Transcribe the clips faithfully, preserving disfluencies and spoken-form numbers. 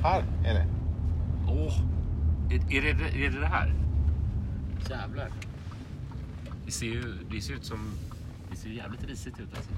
Här är det. Åh, oh, är, är, det, är det det här? Jävlar. Det ser ju det ser ut som... Det ser jävligt risigt ut alltså.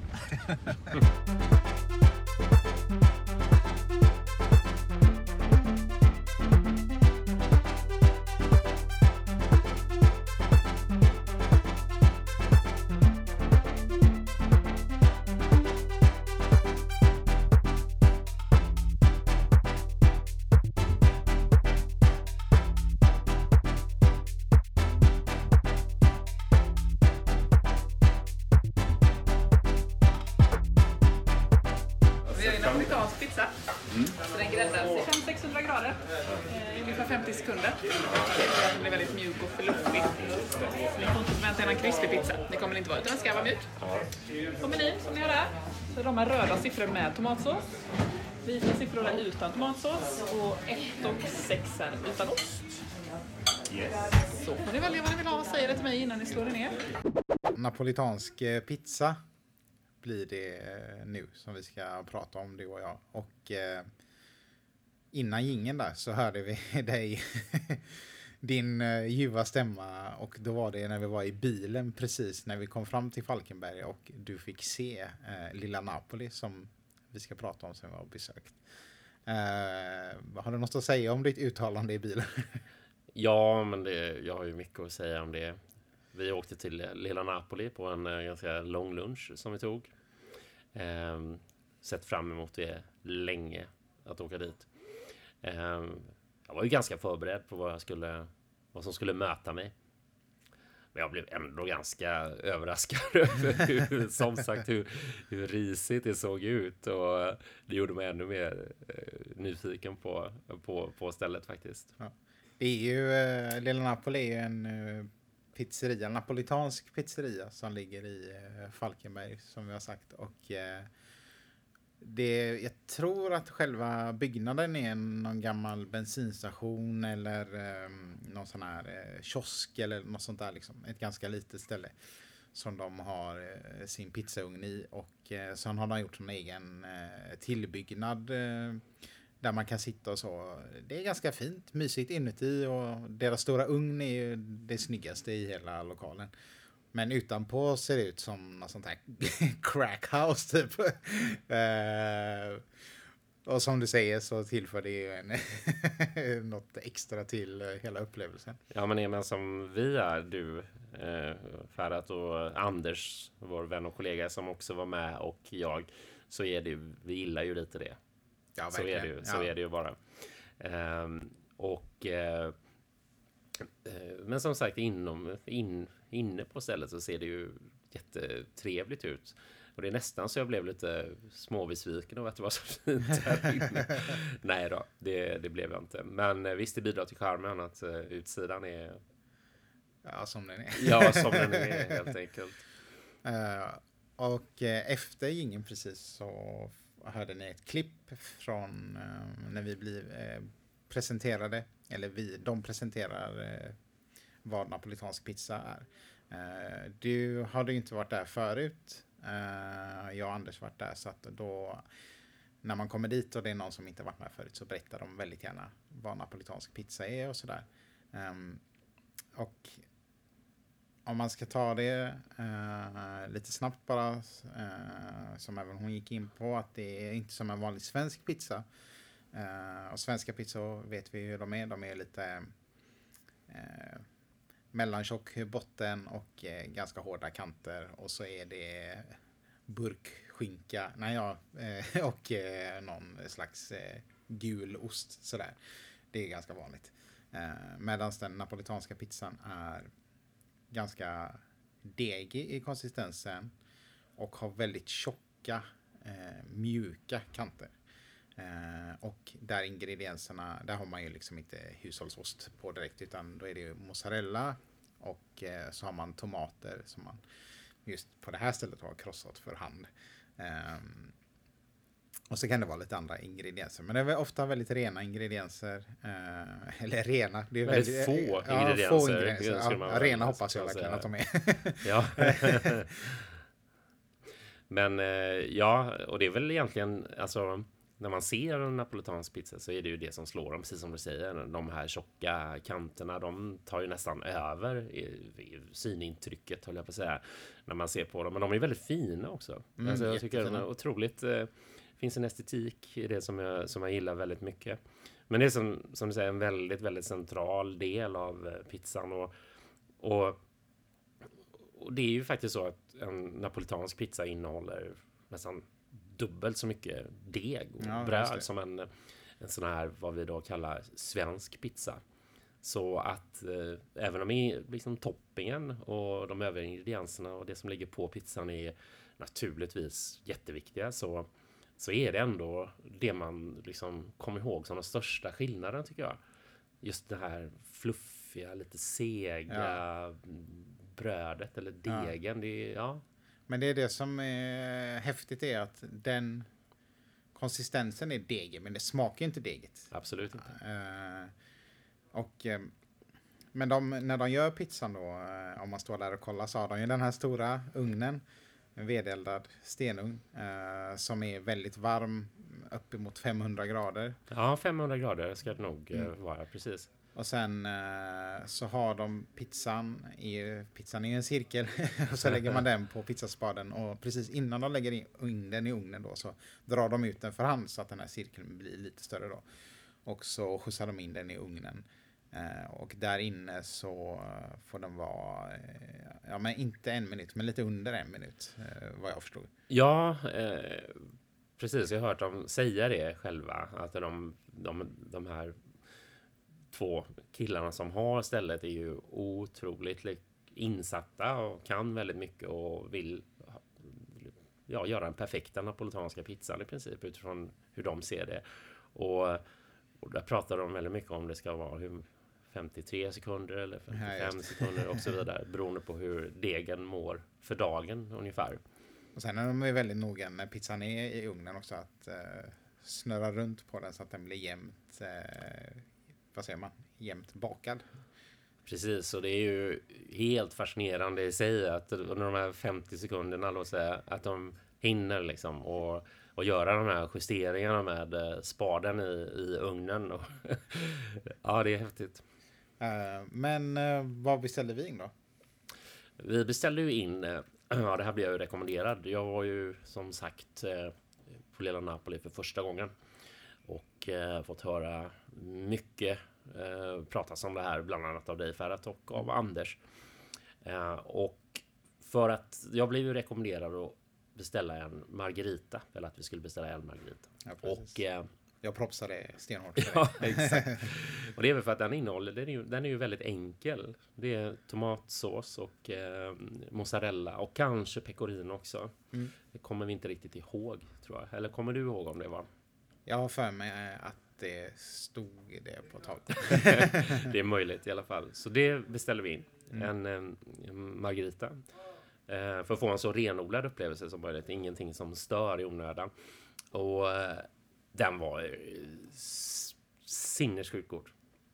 Napolitansk pizza. Mm. Så den gräddas i fem till sexhundra grader i ungefär femtio sekunder. Den blir väldigt mjuk och fluffig. Ni får inte förvänta er en krispig pizza. Det kommer det inte vara, utan den ska vara mjuk. På menyn som ni har där så är de här röda siffror med tomatsås. Vita siffror är utan tomatsås och ett och sex är utan ost. Yes. Så får ni välja vad ni vill ha och säga det till mig innan ni slår er ner. Napolitansk pizza blir det nu som vi ska prata om, du och jag. Och eh, innan gingen där så hörde vi dig din eh, ljuva stämma, och då var det när vi var i bilen precis när vi kom fram till Falkenberg och du fick se eh, Lilla Napoli som vi ska prata om som vi har besökt. Eh, har du något att säga om ditt uttalande i bilen? Ja, men det, jag har ju mycket att säga om det. Vi åkte till Lilla Napoli på en uh, ganska lång lunch som vi tog. Um, sett fram emot det länge att åka dit. Um, jag var ju ganska förberedd på vad, jag skulle, vad som skulle möta mig. Men jag blev ändå ganska överraskad över hur, som sagt, hur, hur risigt det såg ut. Och det gjorde mig ännu mer uh, nyfiken på, på, på stället faktiskt. Ja. Det är ju, uh, Lilla Napoli är ju en... Uh... pizzeria, napolitansk pizzeria som ligger i eh, Falkenberg som vi har sagt, och eh, det, jag tror att själva byggnaden är någon gammal bensinstation eller eh, någon sån här eh, kiosk eller något sånt där liksom, ett ganska litet ställe som de har eh, sin pizzaugn i, och eh, sen har de gjort en egen eh, tillbyggnad eh, där man kan sitta och så. Det är ganska fint, mysigt inuti, och deras stora ugn är ju det snyggaste i hela lokalen. Men utanpå ser det ut som något sånt här crackhouse typ. uh, och som du säger så tillför det ju en något extra till hela upplevelsen. Ja, men men som vi är, du, eh, Ferhat och Anders, vår vän och kollega som också var med, och jag, så är det, vi gillar ju lite det. Ja, så är det ju, så ja. är det ju bara. Um, och uh, uh, men som sagt, inom, in, inne på stället så ser det ju jättetrevligt ut. Och det är nästan så jag blev lite småbesviken av att det var så fint här inne. Nej då, det, det blev jag inte. Men uh, visst, det bidrar till charmen att uh, utsidan är... Ja, som den är. Ja, som den är, helt enkelt. Uh, och uh, efter gingen precis så... hörde ni ett klipp från eh, när vi blir eh, presenterade, eller vi, de presenterar eh, vad napolitansk pizza är. Eh, du hade ju inte varit där förut. Eh, jag och Anders varit där, så att då när man kommer dit och det är någon som inte varit med förut så berättar de väldigt gärna vad napolitansk pizza är och sådär. Eh, och om man ska ta det eh, lite snabbt bara, eh, som även hon gick in på, att det är inte som en vanlig svensk pizza. Eh, och svenska pizzor vet vi hur de är. De är lite eh, mellantjock botten och eh, ganska hårda kanter. Och så är det burkskinka, nej ja, eh, och eh, någon slags eh, gul ost sådär. Det är ganska vanligt. Eh, Medan den napolitanska pizzan är ganska degig i konsistensen och har väldigt tjocka, eh, mjuka kanter. Eh, och där ingredienserna, där har man ju liksom inte hushållsost på direkt, utan då är det ju mozzarella och eh, så har man tomater som man just på det här stället har krossat för hand. Eh, och så kan det vara lite andra ingredienser. Men det är ofta väldigt rena ingredienser. Eh, eller rena. Det är väldigt väldigt få ja, ingredienser. Få ingredienser. Ja, rena hoppas jag verkligen att de är. Ja. Men ja, och det är väl egentligen, alltså när man ser en napolitansk pizza så är det ju det som slår dem, precis som du säger. De här tjocka kanterna, de tar ju nästan över i, i synintrycket, håller jag på att säga, när man ser på dem. Men de är väldigt fina också. Mm, alltså, jag tycker jättefina. det är otroligt... Eh, finns en estetik i det som jag, som jag gillar väldigt mycket. Men det är som, som du säger en väldigt, väldigt central del av eh, pizzan. Och, och, och det är ju faktiskt så att en napolitansk pizza innehåller nästan dubbelt så mycket deg och Ja, just bröd det. som en, en sån här, vad vi då kallar svensk pizza. Så att eh, även om i, liksom toppingen och de övriga ingredienserna och det som ligger på pizzan är naturligtvis jätteviktiga, så, så är det ändå det man liksom kommer ihåg som den största skillnaden, tycker jag. Just det här fluffiga, lite sega Ja. brödet eller degen. Det är, ja. Men det är det som är häftigt, är att den konsistensen är degen, men det smakar inte deget. Absolut inte. Eh, och, eh, men de, när de gör pizzan då, eh, om man står där och kollar, så har de ju den här stora ugnen, en vedeldad stenugn, eh, som är väldigt varm, uppemot femhundra grader. Ja, femhundra grader ska det nog eh, Mm. vara, precis. Och sen eh, så har de pizzan i, pizzan i en cirkel och så lägger man den på pizzaspaden, och precis innan de lägger in, in den i ugnen då, så drar de ut den för hand så att den här cirkeln blir lite större då. Och så skjutsar de in den i ugnen. Eh, och där inne så eh, får den vara, eh, ja men inte en minut, men lite under en minut, eh, vad jag förstod. Ja, eh, precis. Jag har hört dem säga det själva. Att de, de, de här två killarna som har stället är ju otroligt li- insatta och kan väldigt mycket och vill ja, göra den perfekta napolitanska pizzan i princip utifrån hur de ser det. Och, och där pratar de väldigt mycket om det ska vara hur femtiotre sekunder eller Ja, femtiofem just sekunder och så vidare, beroende på hur degen mår för dagen ungefär. Och sen är de ju väldigt noga när pizzan är i ugnen också, att eh, snurra runt på den så att den blir jämnt, eh, vad säger man, jämnt bakad. Precis, och det är ju helt fascinerande i sig att under de här femtio sekunderna, låt säga, att de hinner liksom och, och göra de här justeringarna med eh, spaden i, i ugnen. Och ja, det är häftigt. Eh, men eh, vad beställde vi in då? Vi beställde ju in, eh, ja det här blev jag ju rekommenderad. Jag var ju som sagt eh, på Lilla Napoli för första gången och eh, fått höra mycket eh, pratas om det här, bland annat av dig Ferhat och av Anders. Eh, och för att jag blev ju rekommenderad att beställa en margarita, eller att vi skulle beställa en margarita. Ja, precis. Och eh, Jag propsade stenhårt för ja, dig. exakt. Och det är väl för att den innehåller, den är ju, den är ju väldigt enkel. Det är tomatsås och eh, mozzarella och kanske pecorino också. Mm. Det kommer vi inte riktigt ihåg, tror jag. Eller kommer du ihåg om det var? Jag har för mig att det stod det på tavlan. Det är möjligt i alla fall. Så det beställer vi in. Mm. En, en, en margarita. Eh, för att få en så renodlad upplevelse som möjligt. Ingenting som stör i onödan. Och eh, den var eh, s- sinnessjukt god.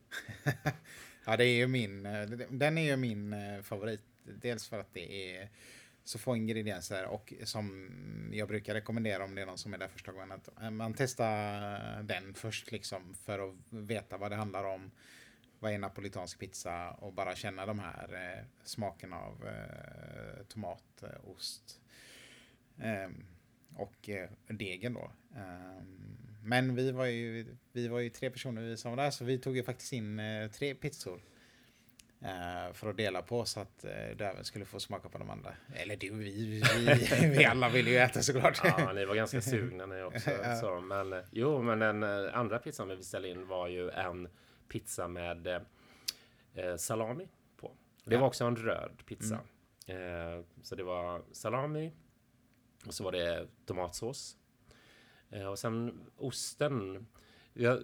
Ja, det är ju min, den är ju min eh, favorit. Dels för att det är så få ingredienser, och som jag brukar rekommendera om det är någon som är där första gången, att eh, man testar den först liksom för att veta vad det handlar om. Vad är napolitansk pizza, och bara känna de här eh, smakerna av eh, tomat, eh, ost eh, och eh, degen då. Eh, men vi var ju vi var ju tre personer vi som var där, så vi tog ju faktiskt in eh, tre pizzor eh, för att dela på, så att eh, du även skulle få smaka på de andra. Eller du, vi, vi, vi alla ville ju äta såklart. Ja, ni var ganska sugna ni också. Ja. Så, men, eh, jo, men den eh, andra pizzan vi beställde in var ju en pizza med eh, salami på. Det Ja. var också en röd pizza. Eh, så det var salami och så var det tomatsås. Eh, och sen osten. Jag,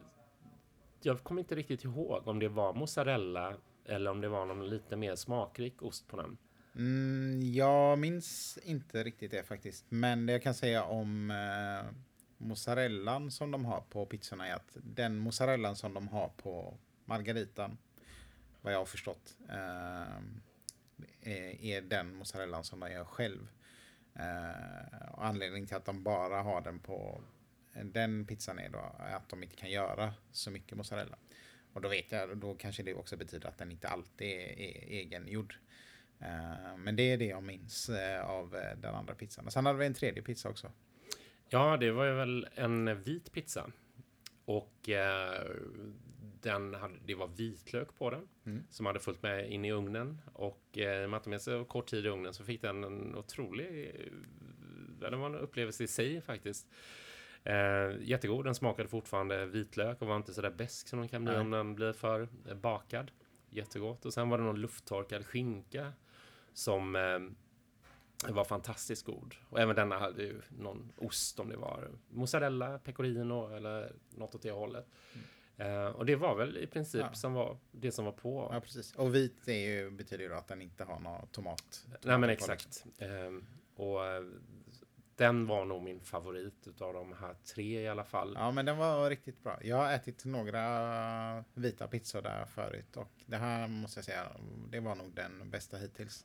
jag kommer inte riktigt ihåg om det var mozzarella eller om det var någon lite mer smakrik ost på den. Mm, jag minns inte riktigt det faktiskt. Men det jag kan säga om eh, mozzarellan som de har på pizzorna är att den mozzarellan som de har på margaritan, vad jag har förstått, eh, är, är den mozzarellan som de gör själv. Eh, och anledningen till att de bara har den på den pizzan är då att de inte kan göra så mycket mozzarella. Och då vet jag, då kanske det också betyder att den inte alltid är, är egengjord. Uh, men det är det jag minns uh, av uh, den andra pizzan. Och sen hade vi en tredje pizza också. Ja, det var ju väl en vit pizza. Och eh, den hade, det var vitlök på den. Mm. Som hade fullt med in i ugnen. Och eh, med att de är så kort tid i ugnen så fick den en otrolig... Det var en upplevelse i sig faktiskt. Eh, jättegod. Den smakade fortfarande vitlök och var inte så där besk som den kan bli. Nej. Om den blir för eh, bakad. Jättegott. Och sen var det någon lufttorkad skinka som... Eh, Det var fantastiskt god. Och även denna hade ju någon ost om det var mozzarella, pecorino eller något åt det hållet. Mm. Uh, och det var väl i princip ja. som var det som var på. Ja, precis. Och vit är ju, betyder ju att den inte har någon tomat. tomat Nej, men exakt. Um, och uh, den var nog min favorit utav de här tre i alla fall. Ja, men den var riktigt bra. Jag har ätit några vita pizzor där förut. Och det här måste jag säga, det var nog den bästa hittills.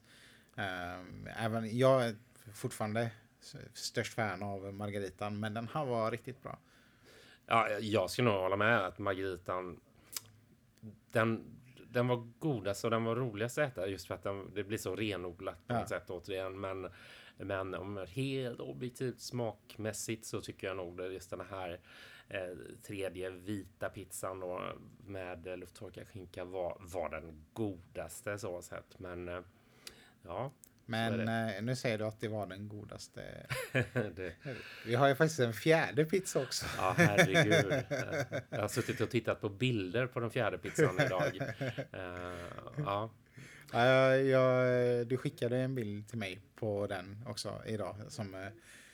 Även jag är fortfarande störst fan av margaritan, men den här var riktigt bra. Ja, jag skulle nog hålla med att margaritan den, den var godast och den var roligast att äta just för att den, det blir så renodlat på ja. ett sätt återigen. Men, men om helt objektivt smakmässigt så tycker jag nog det just den här eh, tredje vita pizzan då, med lufttorkad skinka var, var den godaste så sett. Men eh, ja, men eh, nu säger du att det var den godaste. det. Vi har ju faktiskt en fjärde pizza också. Ja, herregud. Jag har suttit och tittat på bilder på den fjärde pizzan idag. Uh, ja. Ja, jag, du skickade en bild till mig på den också idag. Som, eh,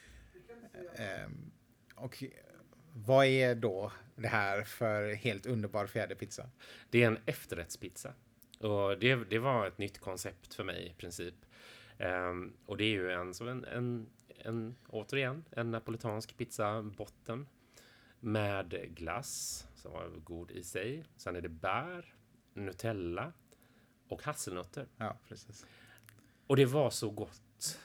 eh, och vad är då det här för helt underbar fjärde pizza? Det är en efterrättspizza. Och det, det var ett nytt koncept för mig i princip. Um, och det är ju en, så en, en, en, återigen, en napolitansk pizza botten med glass som var god i sig. Sen är det bär, Nutella och hasselnötter. Ja, precis. Och det var så gott.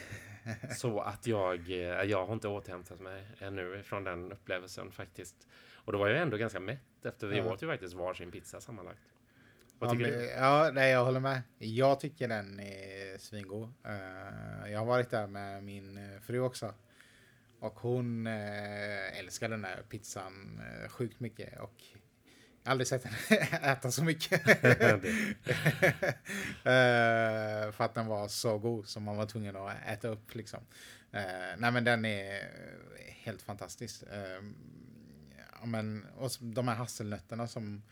Så att jag, jag har inte återhämtat mig ännu från den upplevelsen faktiskt. Och då var jag ändå ganska mätt efter vi ja. åt ju faktiskt varsin pizza sammanlagt. Ja, men, ja, nej, jag håller med. Jag tycker den är svingod. Uh, jag har varit där med min fru också. Och hon uh, älskar den där pizzan uh, sjukt mycket. Och jag har aldrig sett henne äta så mycket. uh, för att den var så god som man var tvungen att äta upp. Liksom. Uh, nej, men den är helt fantastisk. Uh, ja, men, och de här hasselnötterna som...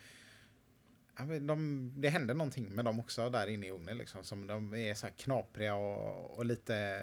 De, det hände någonting med dem också där inne i ugnen liksom, som de är så här knapriga och, och lite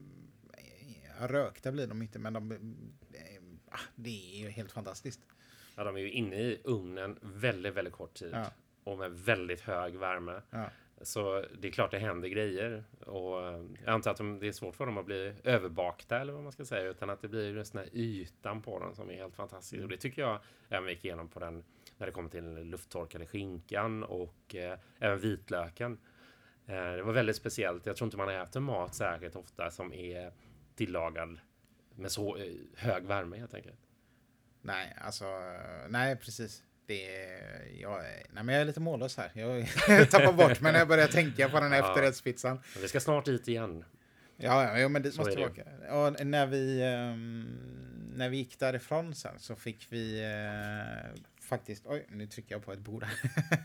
ja, rökta blir de inte, men de, ah, det är ju helt fantastiskt. Ja, de är ju inne i ugnen väldigt, väldigt kort tid ja. och med väldigt hög värme. Ja. Så det är klart det händer grejer och jag antar att de, det är svårt för dem att bli överbakta eller vad man ska säga, utan att det blir just den här ytan på den som är helt fantastisk. Mm. Och det tycker jag även gick igenom på den när det kommer till lufttorkade skinkan och eh, även vitlöken. Eh, det var väldigt speciellt. Jag tror inte man har haft en mat särskilt ofta som är tillagad med så eh, hög värme helt enkelt. Nej, alltså, nej precis. Det är, jag, nej, men jag är lite mållös här. Jag tappar bort men jag börjar tänka på den här ja. efterrättspizzan. Vi ska snart dit igen. Ja, ja men det så måste vi åka. Och när vi, um, när vi gick därifrån sen så fick vi uh, faktiskt, oj nu trycker jag på ett bord här.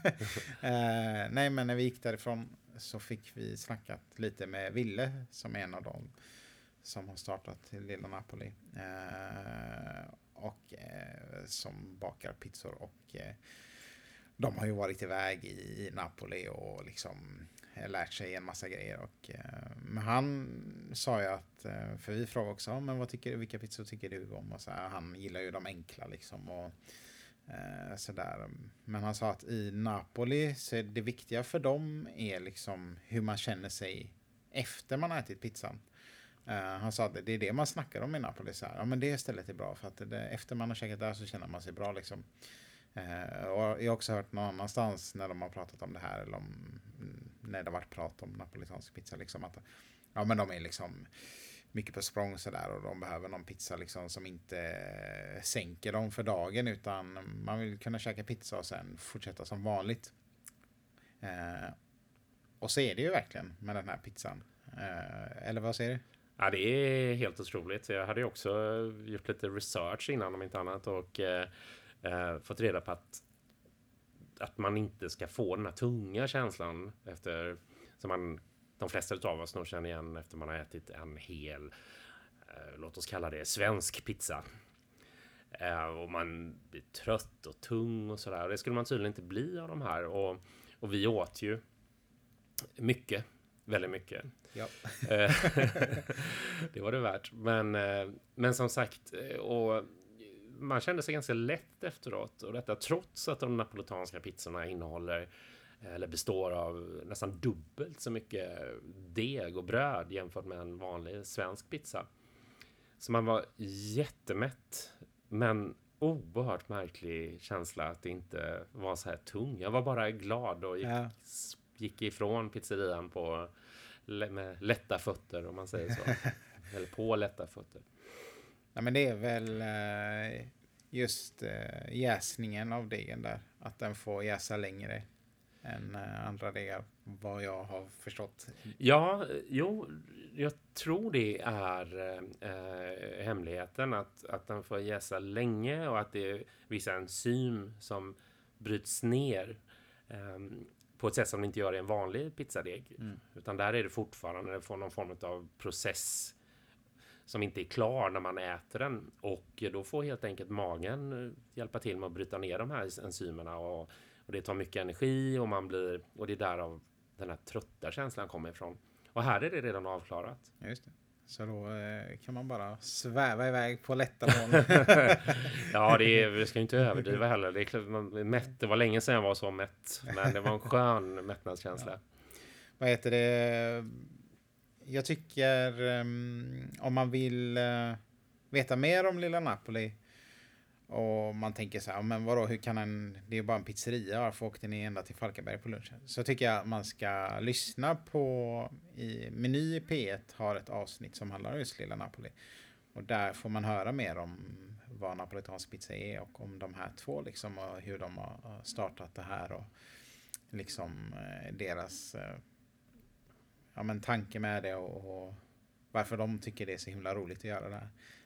uh, nej men när vi gick därifrån så fick vi snackat lite med Ville som är en av dem som har startat Lilla Napoli. Uh, och uh, som bakar pizzor och uh, de har ju varit iväg i, i Napoli och liksom lärt sig en massa grejer. Och, uh, men han sa ju att, uh, för vi frågade också, men vad tycker, vilka pizzor tycker du om? Och så här, han gillar ju de enkla liksom och uh, sådär. Men han sa att i Napoli så är det viktiga för dem är liksom hur man känner sig efter man har ätit pizzan. Uh, han sa att det är det man snackar om i Napoli. Så här. Ja, men det stället är bra för att det, efter man har käkat där så känner man sig bra liksom. Uh, och jag har också hört någon annanstans när de har pratat om det här eller om, när det har varit prat om napolitansk pizza liksom att ja men de är liksom mycket på språng så där, och de behöver någon pizza liksom som inte sänker dem för dagen, utan man vill kunna käka pizza och sen fortsätta som vanligt. Eh, och så är det ju verkligen med den här pizzan. Eh, eller vad säger du? Ja, det är helt otroligt. Jag hade ju också gjort lite research innan om inte annat och eh, fått reda på att, att man inte ska få den här tunga känslan efter, som man, de flesta av oss nog känner igen efter man har ätit en hel, eh, låt oss kalla det svensk pizza. Eh, och man blir trött och tung och sådär. Det skulle man tydligen inte bli av de här. Och, och vi åt ju mycket, väldigt mycket. Ja. Det var det värt. Men, men som sagt, och man kände sig ganska lätt efteråt. Och detta trots att de napolitanska pizzorna innehåller eller består av nästan dubbelt så mycket deg och bröd jämfört med en vanlig svensk pizza. Så man var jättemätt, men oerhört märklig känsla att det inte var så här tung. Jag var bara glad och gick, ja. gick ifrån pizzerian på med lätta fötter, om man säger så. Eller på lätta fötter. Ja, men det är väl just jäsningen av degen där. Att den får jäsa längre än andra degar, vad jag har förstått. Ja, jo, jag tror det är äh, hemligheten att, att den får jäsa länge och att det är vissa enzym som bryts ner äh, på ett sätt som det inte gör i en vanlig pizzadeg. Mm. Utan där är det fortfarande, det får någon form av process som inte är klar när man äter den. Och då får helt enkelt magen hjälpa till med att bryta ner de här enzymerna. Och, och det tar mycket energi och man blir, och det är därav den här trötta känslan kommer ifrån. Och här är det redan avklarat. Just det. Så då eh, kan man bara sväva iväg på lätta moln. Ja, det är, vi ska ju inte överdriva heller. Det är klart, man, mätt, det var länge sedan jag var så mätt. Men det var en skön mättnadskänsla. Ja. Vad heter det? Jag tycker um, om man vill uh, veta mer om Lilla Napoli och man tänker så här, men vadå, hur kan en, det är ju bara en pizzeria, varför åkte ni ända till Falkenberg på lunchen? Så tycker jag att man ska lyssna på, i Meny i P ett har ett avsnitt som handlar om just Lilla Napoli. Och där får man höra mer om vad napolitansk pizza är och om de här två liksom, och hur de har startat det här och liksom eh, deras eh, ja, men tanke med det och, och varför de tycker det är så himla roligt att göra det här.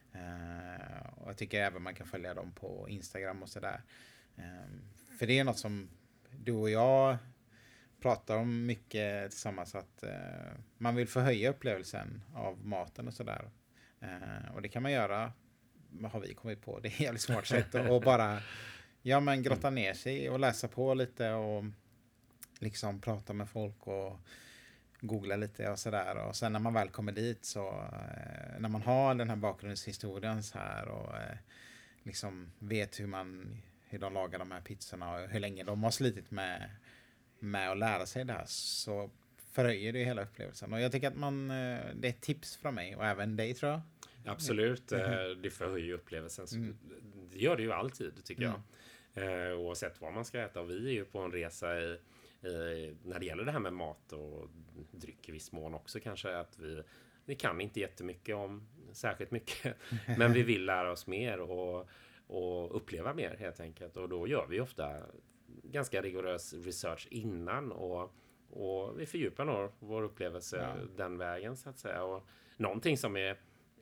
Uh, och jag tycker även man kan följa dem på Instagram och sådär. Um, för det är något som du och jag pratar om mycket tillsammans, att uh, man vill förhöja upplevelsen av maten och sådär. Uh, och det kan man göra, vad har vi kommit på? Det är ett jävligt smart sätt att bara ja, men grotta ner sig och läsa på lite och liksom prata med folk och googla lite och sådär. Och sen när man väl kommer dit så eh, när man har den här bakgrundshistorien så här och eh, liksom vet hur man hur de lagar de här pizzorna och hur länge de har slitit med med att lära sig det här, så förhöjer det hela upplevelsen. Och jag tycker att man eh, det är ett tips från mig och även dig, tror jag. Absolut, mm. Det förhöjer upplevelsen. Mm. Det gör det ju alltid, tycker mm. jag. Eh, oavsett vad man ska äta. Och vi är ju på en resa i när det gäller det här med mat och dryck i viss mån också kanske, att vi, vi kan inte jättemycket om särskilt mycket, men vi vill lära oss mer och, och uppleva mer helt enkelt, och då gör vi ofta ganska rigorös research innan och, och vi fördjupar nog vår upplevelse ja. den vägen så att säga. Och någonting som är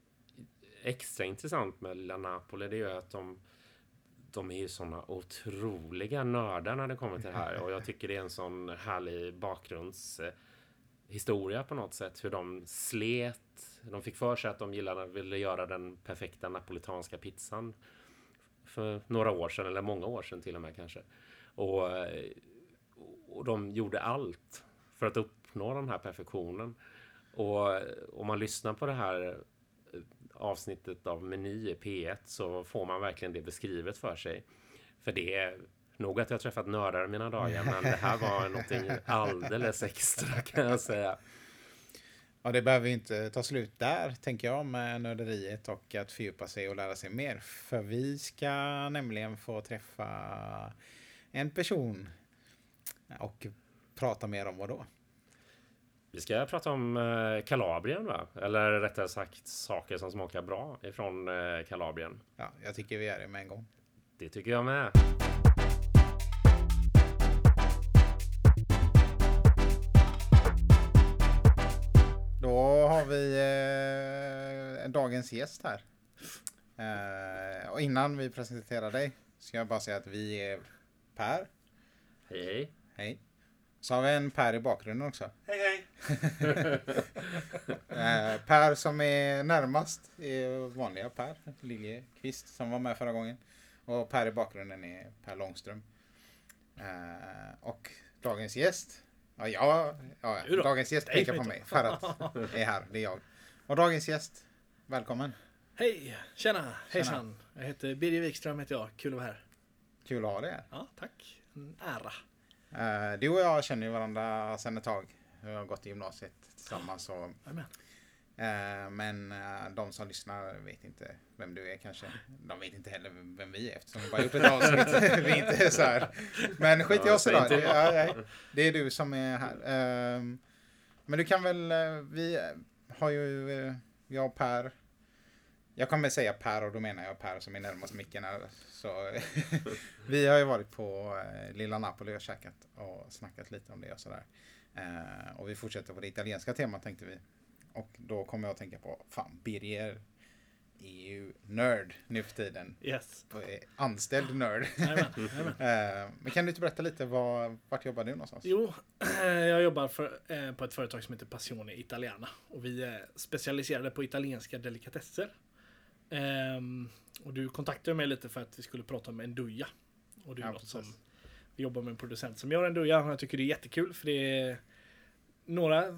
extra intressant med Lilla Napoli, det är ju att de De är ju såna otroliga nördar när det kommer till det här. Och jag tycker det är en sån härlig bakgrundshistoria på något sätt. Hur de slet. De fick för sig att de gillade, ville göra den perfekta napolitanska pizzan. För några år sedan, eller många år sedan till och med kanske. Och, och de gjorde allt för att uppnå den här perfektionen. Och om man lyssnar på det här avsnittet av Meny i P ett så får man verkligen det beskrivet för sig. För det är nog att jag har träffat nördar mina dagar, men det här var någonting alldeles extra, kan jag säga. Ja, det behöver inte ta slut där, tänker jag, med nörderiet och att fördjupa sig och lära sig mer. För vi ska nämligen få träffa en person och prata mer om vad då? Vi ska prata om eh, Kalabrien, va? Eller rättare sagt saker som smakar bra ifrån eh, Kalabrien. Ja, jag tycker vi gör det med en gång. Det tycker jag med. Då har vi eh, dagens gäst här. Eh, och innan vi presenterar dig ska jag bara säga att vi är Per. Hej, hej. Hej. Så har vi en Per i bakgrunden också. Hej hej! eh, Per som är närmast är vanliga Per Liljekvist som var med förra gången. Och Per i bakgrunden är Per Långström. Eh, och dagens gäst. Ja, ja, ja Jo då. dagens gäst Nej, pekar på inte. mig. För att är här, det är jag. Och dagens gäst, välkommen. Hej! Tjena! Hejsan! Jag heter Birger Wikström, heter jag. Kul att vara här. Kul att ha dig här. Ja, tack. En ära. Eh, du och jag känner ju varandra sedan ett tag. Vi har gått i gymnasiet tillsammans. Och, Amen. eh, men eh, de som lyssnar vet inte vem du är kanske. De vet inte heller vem vi är eftersom vi bara gjort ett avsnitt. Vi är inte så här. Men skit i Ja, oss säg idag. inte. Det, ja, nej. Det är du som är här. Eh, men du kan väl, eh, vi har ju, eh, jag och Per. Jag kommer säga Per och då menar jag Per som är närmast micken här. Så vi har ju varit på eh, Lilla Napoli och käkat och snackat lite om det och sådär. Eh, och vi fortsätter på det italienska temat tänkte vi. Och då kommer jag att tänka på, fan Birger är ju nörd nu för tiden. Yes. Och är anställd nörd. Amen. Amen. eh, men kan du inte berätta lite, vad, vart jobbar du någonstans? Jo, jag jobbar för, eh, på ett företag som heter Passione Italiana. Och vi är specialiserade på italienska delikatesser. Ehm, och du kontaktade mig lite för att vi skulle prata om Nduja. Och det är Ja, något precis. som vi jobbar med en producent som gör Nduja. Och jag tycker det är jättekul för det är några...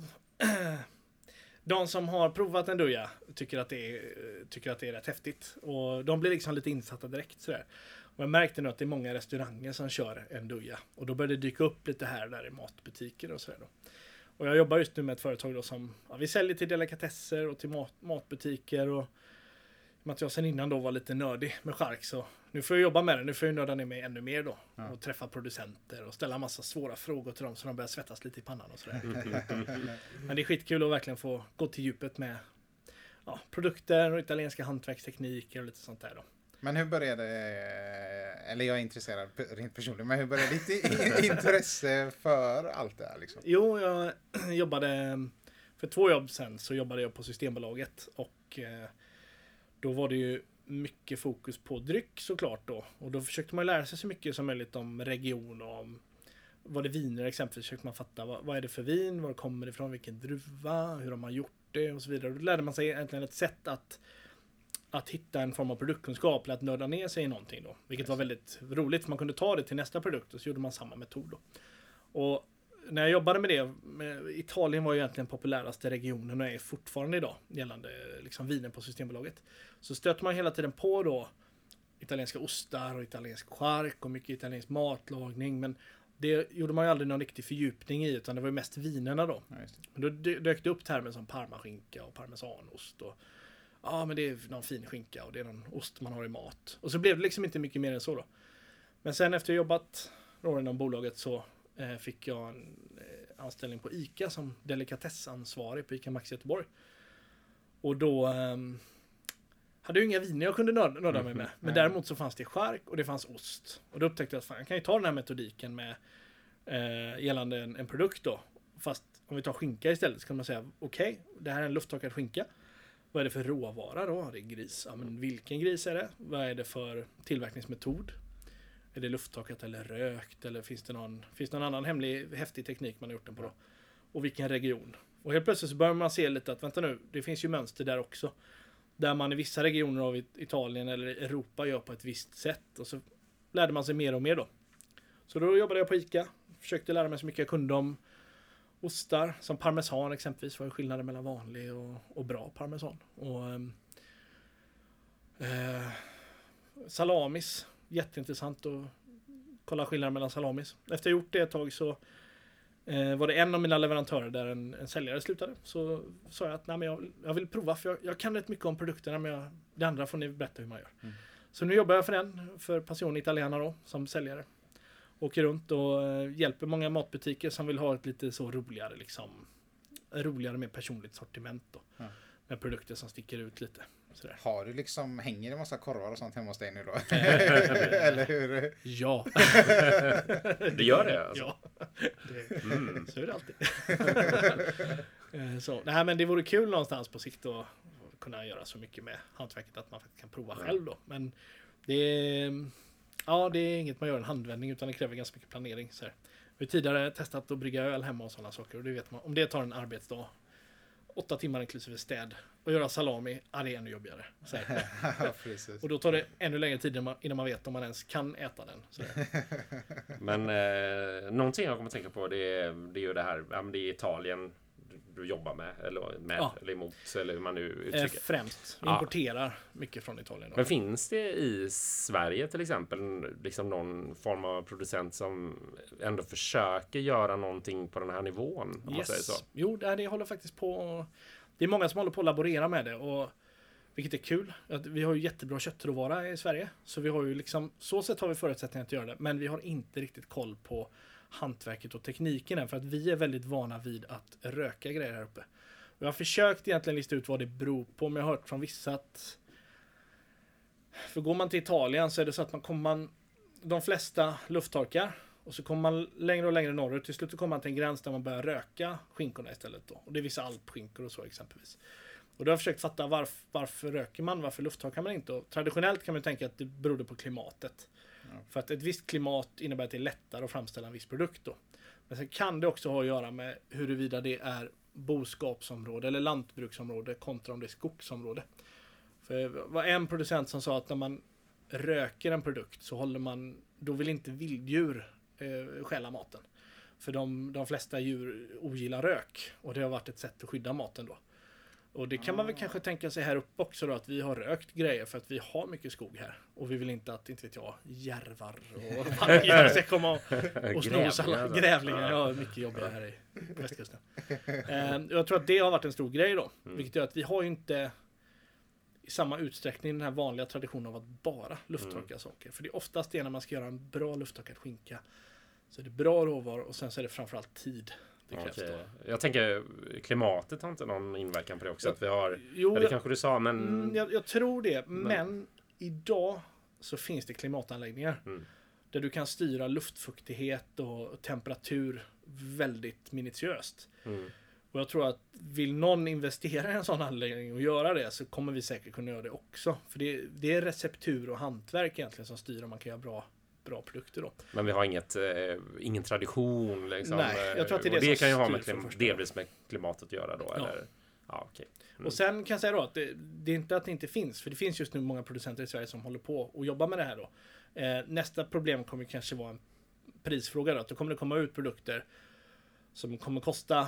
De som har provat Nduja tycker att det är, tycker att det är rätt häftigt. Och de blir liksom lite insatta direkt sådär. Och jag märkte nu att det är många restauranger som kör Nduja. Och då började det dyka upp lite här och där i matbutiker och sådär då. Och jag jobbar just nu med ett företag då som, ja, vi säljer till delikatesser och till mat, matbutiker och med att jag sen innan då var lite nördig med chark så nu får jag jobba med det, nu får jag nörda ner mig ännu mer då Ja. och träffa producenter och ställa massa svåra frågor till dem så de börjar svettas lite i pannan och sådär. Men det är skitkul att verkligen få gå till djupet med ja, produkter och italienska hantverkstekniker och lite sånt där då. Men hur började, eller jag är intresserad rent personligen, men hur började ditt i- intresse för allt det här liksom? Jo, jag jobbade för två jobb sen så jobbade jag på Systembolaget och eh, då var det ju mycket fokus på dryck såklart då. Och då försökte man lära sig så mycket som möjligt om region och om vad det viner exempelvis. Försökte man fatta vad, vad är det för vin, var det kommer ifrån, vilken druva, hur har man gjort det och så vidare. Då lärde man sig egentligen ett sätt att att hitta en form av produktkunskap eller att nörda ner sig i någonting då. Vilket var väldigt roligt för man kunde ta det till nästa produkt och så gjorde man samma metod då. Och när jag jobbade med det, med, Italien var ju egentligen populäraste regionen och är fortfarande idag gällande liksom viner på Systembolaget. Så stöter man hela tiden på då italienska ostar och italiensk chark och mycket italiensk matlagning. Men det gjorde man ju aldrig någon riktig fördjupning i utan det var ju mest vinerna då. Ja, just det. Men då dö- dök det upp termer som parmaskinka och parmesanost och ja men det är någon fin skinka och det är någon ost man har i mat. Och så blev det liksom inte mycket mer än så då. Men sen efter jag jobbat några år inom bolaget så eh, fick jag en eh, anställning på ICA som delikatessansvarig på ICA Maxi Göteborg. Och då eh, hade jag inga viner jag kunde nörda, nörda mig med. Men Nej. däremot så fanns det chark och det fanns ost. Och då upptäckte jag att fan, jag kan ju ta den här metodiken med eh, gällande en, en produkt då. Fast om vi tar skinka istället så kan man säga okej, okay, det här är en lufttorkad skinka. Vad är det för råvara då? Det är gris. Ja, men vilken gris är det? Vad är det för tillverkningsmetod? Är det lufttorkat eller rökt? Eller finns det någon, finns det någon annan hemlig, häftig teknik man har gjort den på då? Och vilken region? Och helt plötsligt så börjar man se lite att vänta nu, det finns ju mönster där också. Där man i vissa regioner av Italien eller Europa gör på ett visst sätt. Och så lärde man sig mer och mer då. Så då jobbade jag på ICA. Försökte lära mig så mycket jag kunde om ostar. Som parmesan exempelvis. Vad är skillnaden mellan vanlig och, och bra parmesan? Och eh, salamis. Jätteintressant att kolla skillnaden mellan salamis. Efter jag gjort det ett tag så eh, var det en av mina leverantörer där en, en säljare slutade. Så sa jag att nej, men jag, jag vill prova för jag, jag kan rätt mycket om produkterna men jag, det andra får ni berätta hur man gör. Mm. Så nu jobbar jag för den, för Passione Italiana då, som säljare. Åker runt och eh, hjälper många matbutiker som vill ha ett lite så roligare liksom roligare, mer personligt sortiment då. Ja. Med produkter som sticker ut lite. Sådär. Har du liksom, hänger det en massa korvar och sånt hemma hos dig nu då? Eller hur? Ja. Det gör det alltså? Ja. Det, Mm. så är det alltid. Eh, så, nej, men det vore kul någonstans på sikt att kunna göra så mycket med hantverket att man faktiskt kan prova själv då. Men det är, ja, det är inget man gör en handvändning utan det kräver ganska mycket planering. Så här. Vi har tidigare testat att brygga öl hemma och sådana saker och det vet man. Om det tar en arbetsdag, åtta timmar inklusive städ och göra salami, ja, det är ännu jobbigare. Så här. Ja, precis. Och då tar det ännu längre tid innan man, innan man vet om man ens kan äta den. Så här. Men eh, någonting jag kommer att tänka på det är, det är ju det här, ja, men det är Italien du, du jobbar med eller med Ja. eller emot eller hur man nu Eh, uttrycker. främst. Vi Ja. importerar mycket från Italien. Då. Men finns det i Sverige till exempel liksom någon form av producent som ändå försöker göra någonting på den här nivån? Om man säger så. Jo, det, det håller faktiskt på. Det är många som håller på att laborera med det. Och, vilket är kul. Att vi har ju jättebra köttråvara i Sverige. Så vi har ju liksom, så sätt har vi förutsättningar att göra det. Men vi har inte riktigt koll på hantverket och tekniken än. För att vi är väldigt vana vid att röka grejer här uppe. Och jag har försökt egentligen lista ut vad det beror på. Men jag har hört från vissa att för går man till Italien så är det så att man kommer man, de flesta lufttorkar och så kommer man längre och längre norrut. Till slut så kommer man till en gräns där man börjar röka skinkorna istället då. Och det är vissa alpskinkor och så exempelvis. Och då har jag försökt fatta varf, varför röker man, varför lufttorkar man inte. Och traditionellt kan man tänka att det beror på klimatet. Ja. För att ett visst klimat innebär att det är lättare att framställa en viss produkt då. Men sen kan det också ha att göra med huruvida det är boskapsområde eller lantbruksområde kontra om det är skogsområde. För det var en producent som sa att när man röker en produkt så håller man, då vill inte vilddjur eh, stjäla maten. För de, de flesta djur ogillar rök och det har varit ett sätt att skydda maten då. Och det kan man väl kanske tänka sig här uppe också då, att vi har rökt grejer för att vi har mycket skog här. Och vi vill inte att, inte vet jag, järvar och vargar ska komma och, och snos alla grävlingar. Ja, mycket jobbigare här i västkusten. Eh, jag tror att det har varit en stor grej då. Mm. Vilket gör att vi har ju inte i samma utsträckning den här vanliga traditionen av att bara lufttorka mm. saker. För det är oftast det när man ska göra en bra lufttorkad skinka. Så är det bra råvaror och sen så är det framförallt tid. Det krävs okay. då. Jag tänker, klimatet har inte någon inverkan på det också? Ja. Att vi har, jo, ja, det kanske du sa, men... Mm, jag, jag tror det, men, men idag så finns det klimatanläggningar. Mm. Där du kan styra luftfuktighet och temperatur väldigt minutiöst. Mm. Och jag tror att vill någon investera i en sån anläggning och göra det så kommer vi säkert kunna göra det också. För det, det är receptur och hantverk egentligen som styr om man kan göra bra, bra produkter då. Men vi har inget, eh, ingen tradition liksom. Nej, jag tror att det är det, och det som kan ju ha med styr klim- delvis med klimatet att göra då, Ja. eller? Ja, okej. Mm. Och sen kan jag säga då att det, det är inte att det inte finns, för det finns just nu många producenter i Sverige som håller på och jobbar med det här då. Eh, nästa problem kommer kanske vara en prisfråga då, att då kommer det komma ut produkter som kommer kosta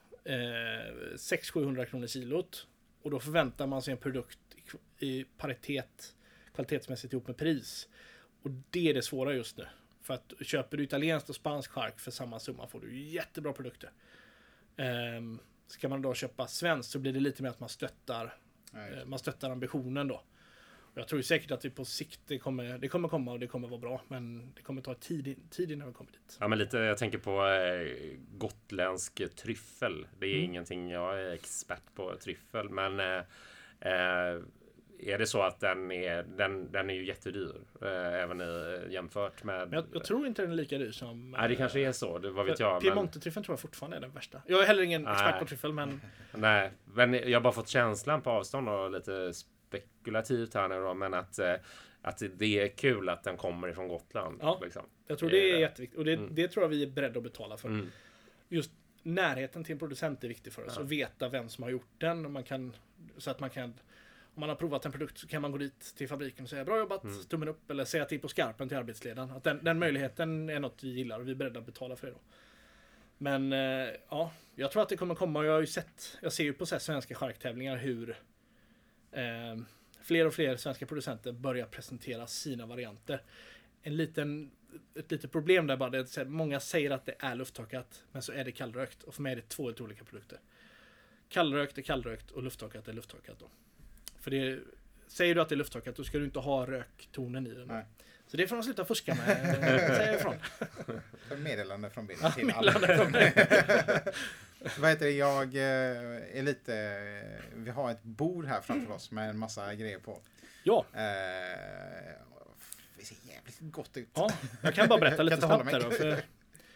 eh, sex till sjuhundra kronor kilot och då förväntar man sig en produkt i, i paritet kvalitetsmässigt ihop med pris. Och det är det svåra just nu. För att köper du italienskt och spansk chark för samma summa får du jättebra produkter. Um, ska man då köpa svenskt så blir det lite mer att man stöttar eh, man stöttar ambitionen då. Och jag tror säkert att vi på sikt det kommer, det kommer komma och det kommer vara bra, men det kommer ta tid, tid innan vi kommer dit. Ja, men lite, jag tänker på eh, gotländsk tryffel. Det är Mm. ingenting, jag är expert på tryffel, men eh, eh, är det så att den är, den, den är ju jättedyr, eh, även i, jämfört med... Men jag, jag tror inte den är lika dyr som... Nej, det kanske är så, det, vad vet jag. Piemonte-tryffeln tror jag fortfarande är den värsta. Jag är heller ingen Nej. expert på tryffel, men... Nej, men jag har bara fått känslan på avstånd och lite spekulativt här nu då, men att, eh, att det är kul att den kommer ifrån Gotland. Ja, liksom. jag tror det är det. jätteviktigt. Och det, Mm. det tror jag vi är beredda att betala för. Mm. Just närheten till en producent är viktig för oss. Ja. Och veta vem som har gjort den. Och man kan, så att man kan... Om man har provat en produkt så kan man gå dit till fabriken och säga bra jobbat, Mm. tummen upp. Eller säga till på skarpen till arbetsledaren. Att den, den möjligheten är något vi gillar och vi är beredda att betala för det då. Men eh, ja, jag tror att det kommer komma. Och jag har ju sett, jag ser ju på så här svenska charktävlingar hur eh, fler och fler svenska producenter börjar presentera sina varianter. En liten, ett litet problem där bara, det är att så här, många säger att det är lufttorkat, men så är det kallrökt. Och för mig är det två helt olika produkter. Kallrökt är kallrökt och lufttorkat är lufttorkat då. För det, säger du att det är lufttorkat, då ska du inte ha röktonen i den. Nej. Så det får de sluta fuska med, säger jag ifrån. För meddelande från Bill Ja, till meddelande alla. från mig. Vad heter det, jag eh, är lite, vi har ett bord här framför oss med en massa grejer på. Ja, Eh, det ser jävligt gott ut. ja, jag kan bara berätta Kan lite inte hålla snabbt där då. mig. För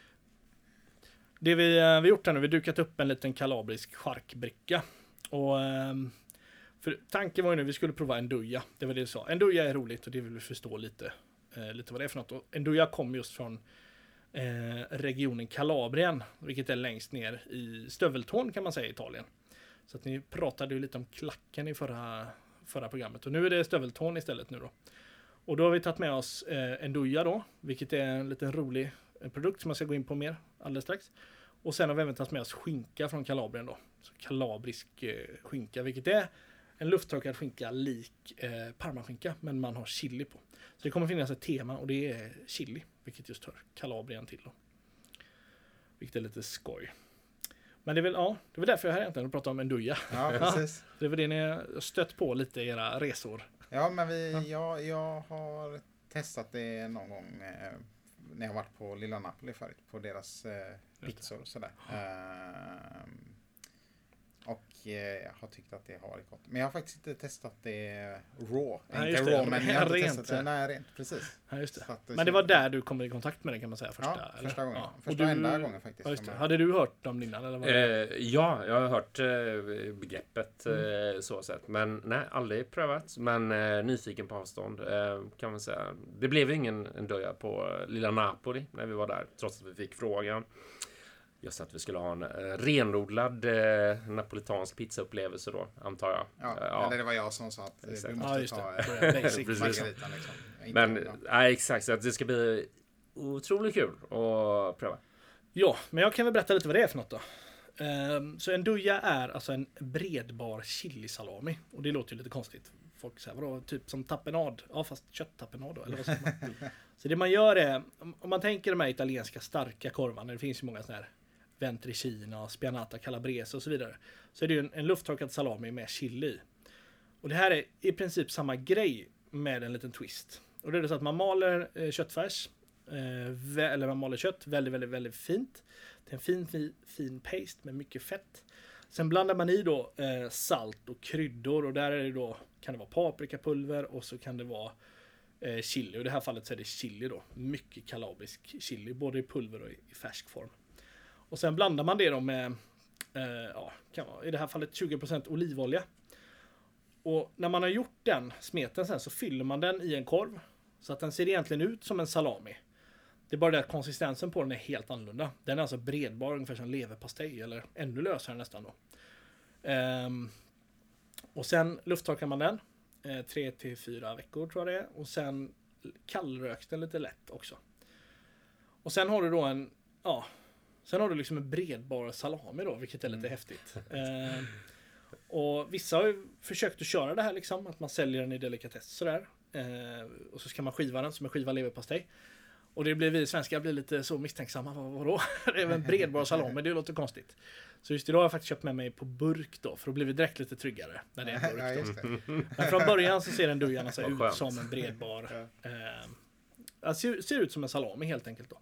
det vi, eh, vi gjort här nu, vi har dukat upp en liten kalabrisk charkbricka. Och ehm, för tanken var ju nu vi skulle prova en duja. Det var det jag sa. En duja är roligt och det vill vi förstå lite, eh, lite vad det är för något. Och en duja kom just från eh, regionen Kalabrien, vilket är längst ner i stöveltån kan man säga i Italien. Så att ni pratade ju lite om klacken i förra, förra programmet. Och nu är det stöveltån istället nu då. Och då har vi tagit med oss eh, en duja då, vilket är en liten rolig en produkt som jag ska gå in på mer alldeles strax. Och sen har vi även tagit med oss skinka från Kalabrien då. Så kalabrisk eh, skinka, vilket är en lufttorkad skinka lik eh, parmaskinka, men man har chili på. Så det kommer finnas ett tema och det är chili, vilket just hör Kalabrien till då. Vilket är lite skoj. Men det är väl, ja, det är väl därför jag är här egentligen och pratar om en duja. Ja, precis. Det är väl det ni har stött på lite i era resor. Ja, men vi, jag, jag har testat det någon gång eh, när jag varit på Lilla Napoli förut, på deras eh, pizzor och sådär. Eh, och eh, jag har tyckt att det har varit gott. Men jag har faktiskt inte testat det raw. Nej, inte just det. raw, men jag har inte Rent. testat det. Nej, rent, precis. Ja, just det. Så att Men det var där du kom i kontakt med det kan man säga första, Ja, eller? första gången. Ja. Första Och och enda gången faktiskt. Ja, just det. som jag- Hade du hört om innan? Eller vad det var? Eh, ja, jag har hört eh, begreppet eh, så sett. Men nej, aldrig prövat. Men eh, nyfiken på avstånd eh, kan man säga. Det blev ingen en döja på Lilla Napoli när vi var där. Trots att vi fick frågan. Just att vi skulle ha en eh, renodlad eh, napolitansk pizzaupplevelse då, antar jag. Ja, Eh, ja. eller det var jag som sa att eh, Exakt. du Ja, måste just ta det. eh, Börja basic. Precis. margaritan liksom. Inte- Men ja. nej, exakt, så att det ska bli otroligt kul att pröva. Ja, men jag kan väl berätta lite vad det är för något då. Ehm, så en duja är alltså en bredbar chilisalami. Och det låter ju lite konstigt. Folk säger, vadå, typ som tapenad? Ja, fast kötttapenad då, eller vad säger man? Så det man gör är, om om man tänker de här italienska starka korvarna, det finns ju många sådana här ventricina, spianata, calabrese och så vidare. Så är det ju en, en lufttorkad salami med chili i. Och det här är i princip samma grej med en liten twist. Och det är så att man maler eh, köttfärs, eh, vä- eller man maler kött väldigt, väldigt, väldigt fint. Det är en fin, fin, fin paste med mycket fett. Sen blandar man i då eh, salt och kryddor och där är det då, kan det vara paprikapulver och så kan det vara eh, chili. Och i det här fallet så är det chili då. Mycket kalabrisk chili, både i pulver och i, i färsk form. Och sen blandar man det då med, eh, ja, kan vara, i det här fallet tjugo procent olivolja. Och när man har gjort den smeten sen så fyller man den i en korv. Så att den ser egentligen ut som en salami. Det är bara det att konsistensen på den är helt annorlunda. Den är alltså bredbar, ungefär som leverpastej eller ännu lösare nästan då. Ehm, och sen lufttorkar man den. Eh, tre till fyra veckor tror jag det är. Och sen kallrökt den lite lätt också. Och sen har du då en, ja, sen har du liksom en bredbar salami då, vilket är lite Mm. häftigt. Ehm, och vissa har ju försökt att köra det här liksom, att man säljer den i delikatess sådär. Eh, och så ska man skiva den som en skiva leverpastej. Och det blir vi svenskar blir lite så misstänksamma. Vad, vadå? Det är väl en bredbar salami, det låter konstigt. Så just idag har jag faktiskt köpt med mig på burk då, för då blir vi direkt lite tryggare när det är Ja, burk då. just det. Men från början så ser den dujan alltså Vad ut skönt. som en bredbar. Eh, alltså, ser, ser ut som en salami helt enkelt då.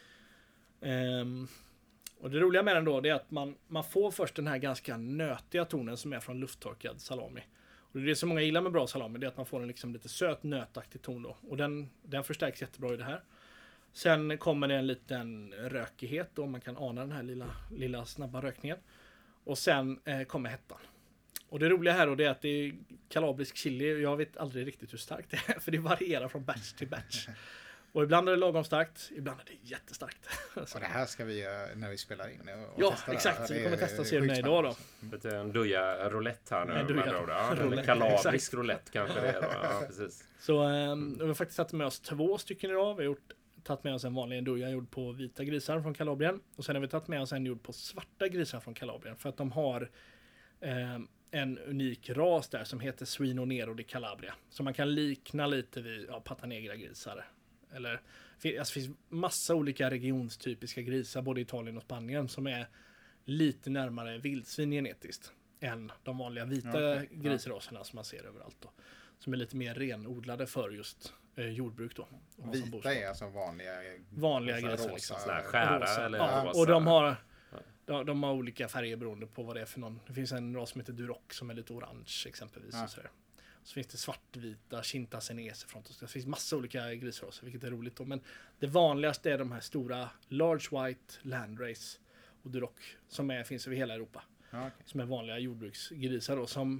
Ehm, och det roliga med den då det är att man, man får först den här ganska nötiga tonen som är från lufttorkad salami. Och det är så många gillar med bra salami, det är att man får en liksom lite söt nötaktig ton då. Och den, den förstärks jättebra i det här. Sen kommer det en liten rökighet då, man kan ana den här lilla, lilla snabba rökningen. Och sen eh, kommer hettan. Och det roliga här då det är att det är kalabrisk chili, jag vet aldrig riktigt hur starkt det är, för det varierar från batch till batch. Och ibland är det lagom starkt, ibland är det jättestarkt. Och det här ska vi göra när vi spelar in. Och Ja, testa det. exakt. Så vi Det kommer är- testa det är och se hur den är idag då. skitspännande. Det är en duja roulette här nu. En duja med andra ord. Ja, eller roulette, kalabrisk exakt. roulette kanske det är då. Ja, precis. Så um, vi har faktiskt tagit med oss två stycken idag. Vi har gjort, tagit med oss en vanlig enduja gjord på vita grisar från Kalabrien. Och sen har vi tagit med oss en gjord på svarta grisar från Kalabrien. För att de har um, en unik ras där som heter Suino Nero di Calabria. Så man kan likna lite vid ja, Patanegra grisar. Eller, alltså, det finns massa olika regionstypiska grisar både i Italien och Spanien som är lite närmare vildsvin genetiskt än de vanliga vita Ja, okej. Ja. grisraserna som man ser överallt då. Som är lite mer renodlade för just eh, jordbruk då. Vita är alltså vanliga, vanliga alltså grisar rosa, liksom. Sådär skära Rosa. eller Ja, rosa. och de har, de, de har olika färger beroende på vad det är för någon. Det finns en ras som heter Duroc som är lite orange exempelvis. Ja. Och sådär. Så finns det svartvita, Chinta senese från. Det finns massa olika grisraser, vilket är roligt då. Men det vanligaste är de här stora Large White Landrace och Duroc som är, finns över hela Europa. Ja, okay. Som är vanliga jordbruksgrisar då, som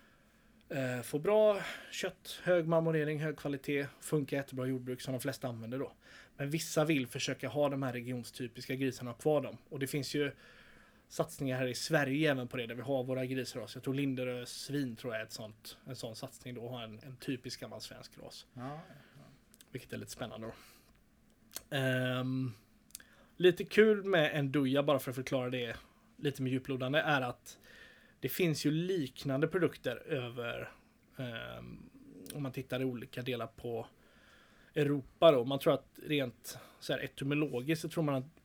eh, får bra kött, hög marmorering, hög kvalitet, funkar jättebra jordbruk som de flesta använder då. Men vissa vill försöka ha de här regionstypiska grisarna och kvar dem. Och det finns ju satsningar här i Sverige även på det, där vi har våra grisras. Jag tror Linderö svin tror jag är ett sånt, en sån satsning då, att ha en, en typisk gammal svensk ras. Ja, ja. Vilket är lite spännande då. Um, lite kul med en duja, bara för att förklara det lite mer djuplodande, är att det finns ju liknande produkter över um, om man tittar i olika delar på Europa då. Man tror att rent så här etymologiskt så tror man att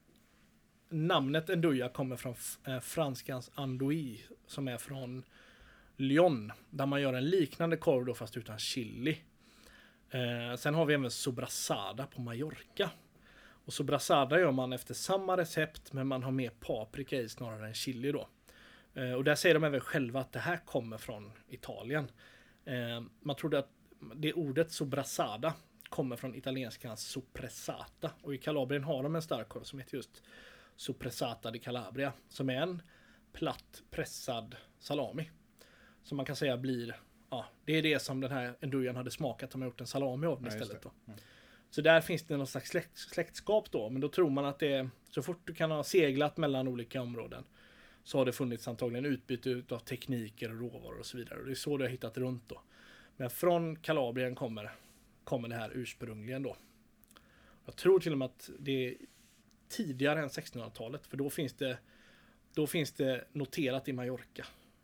namnet Nduja kommer från eh, franskans andouille som är från Lyon, där man gör en liknande korv då fast utan chili. Eh, sen har vi även sobrasada på Mallorca. Och sobrasada gör man efter samma recept, men man har mer paprika i snarare än chili då. Eh, och där säger de även själva att det här kommer från Italien. Eh, man trodde att det ordet sobrasada kommer från italienskans sopressata. Och i Kalabrien har de en stark korv som heter just sopressata di Calabria, som är en platt pressad salami. Som man kan säga blir, ja, det är det som den här ndujan hade smakat om man gjort en salami av den Ja, istället då. Mm. Så där finns det någon slags släkt, släktskap då, men då tror man att det är, så fort du kan ha seglat mellan olika områden så har det funnits antagligen utbyte av tekniker och råvaror och så vidare. Och det är så du har hittat runt då. Men från Kalabrien kommer, kommer det här ursprungligen då. Jag tror till och med att det är tidigare än sextonhundratalet, för då finns det då finns det noterat i Mallorca.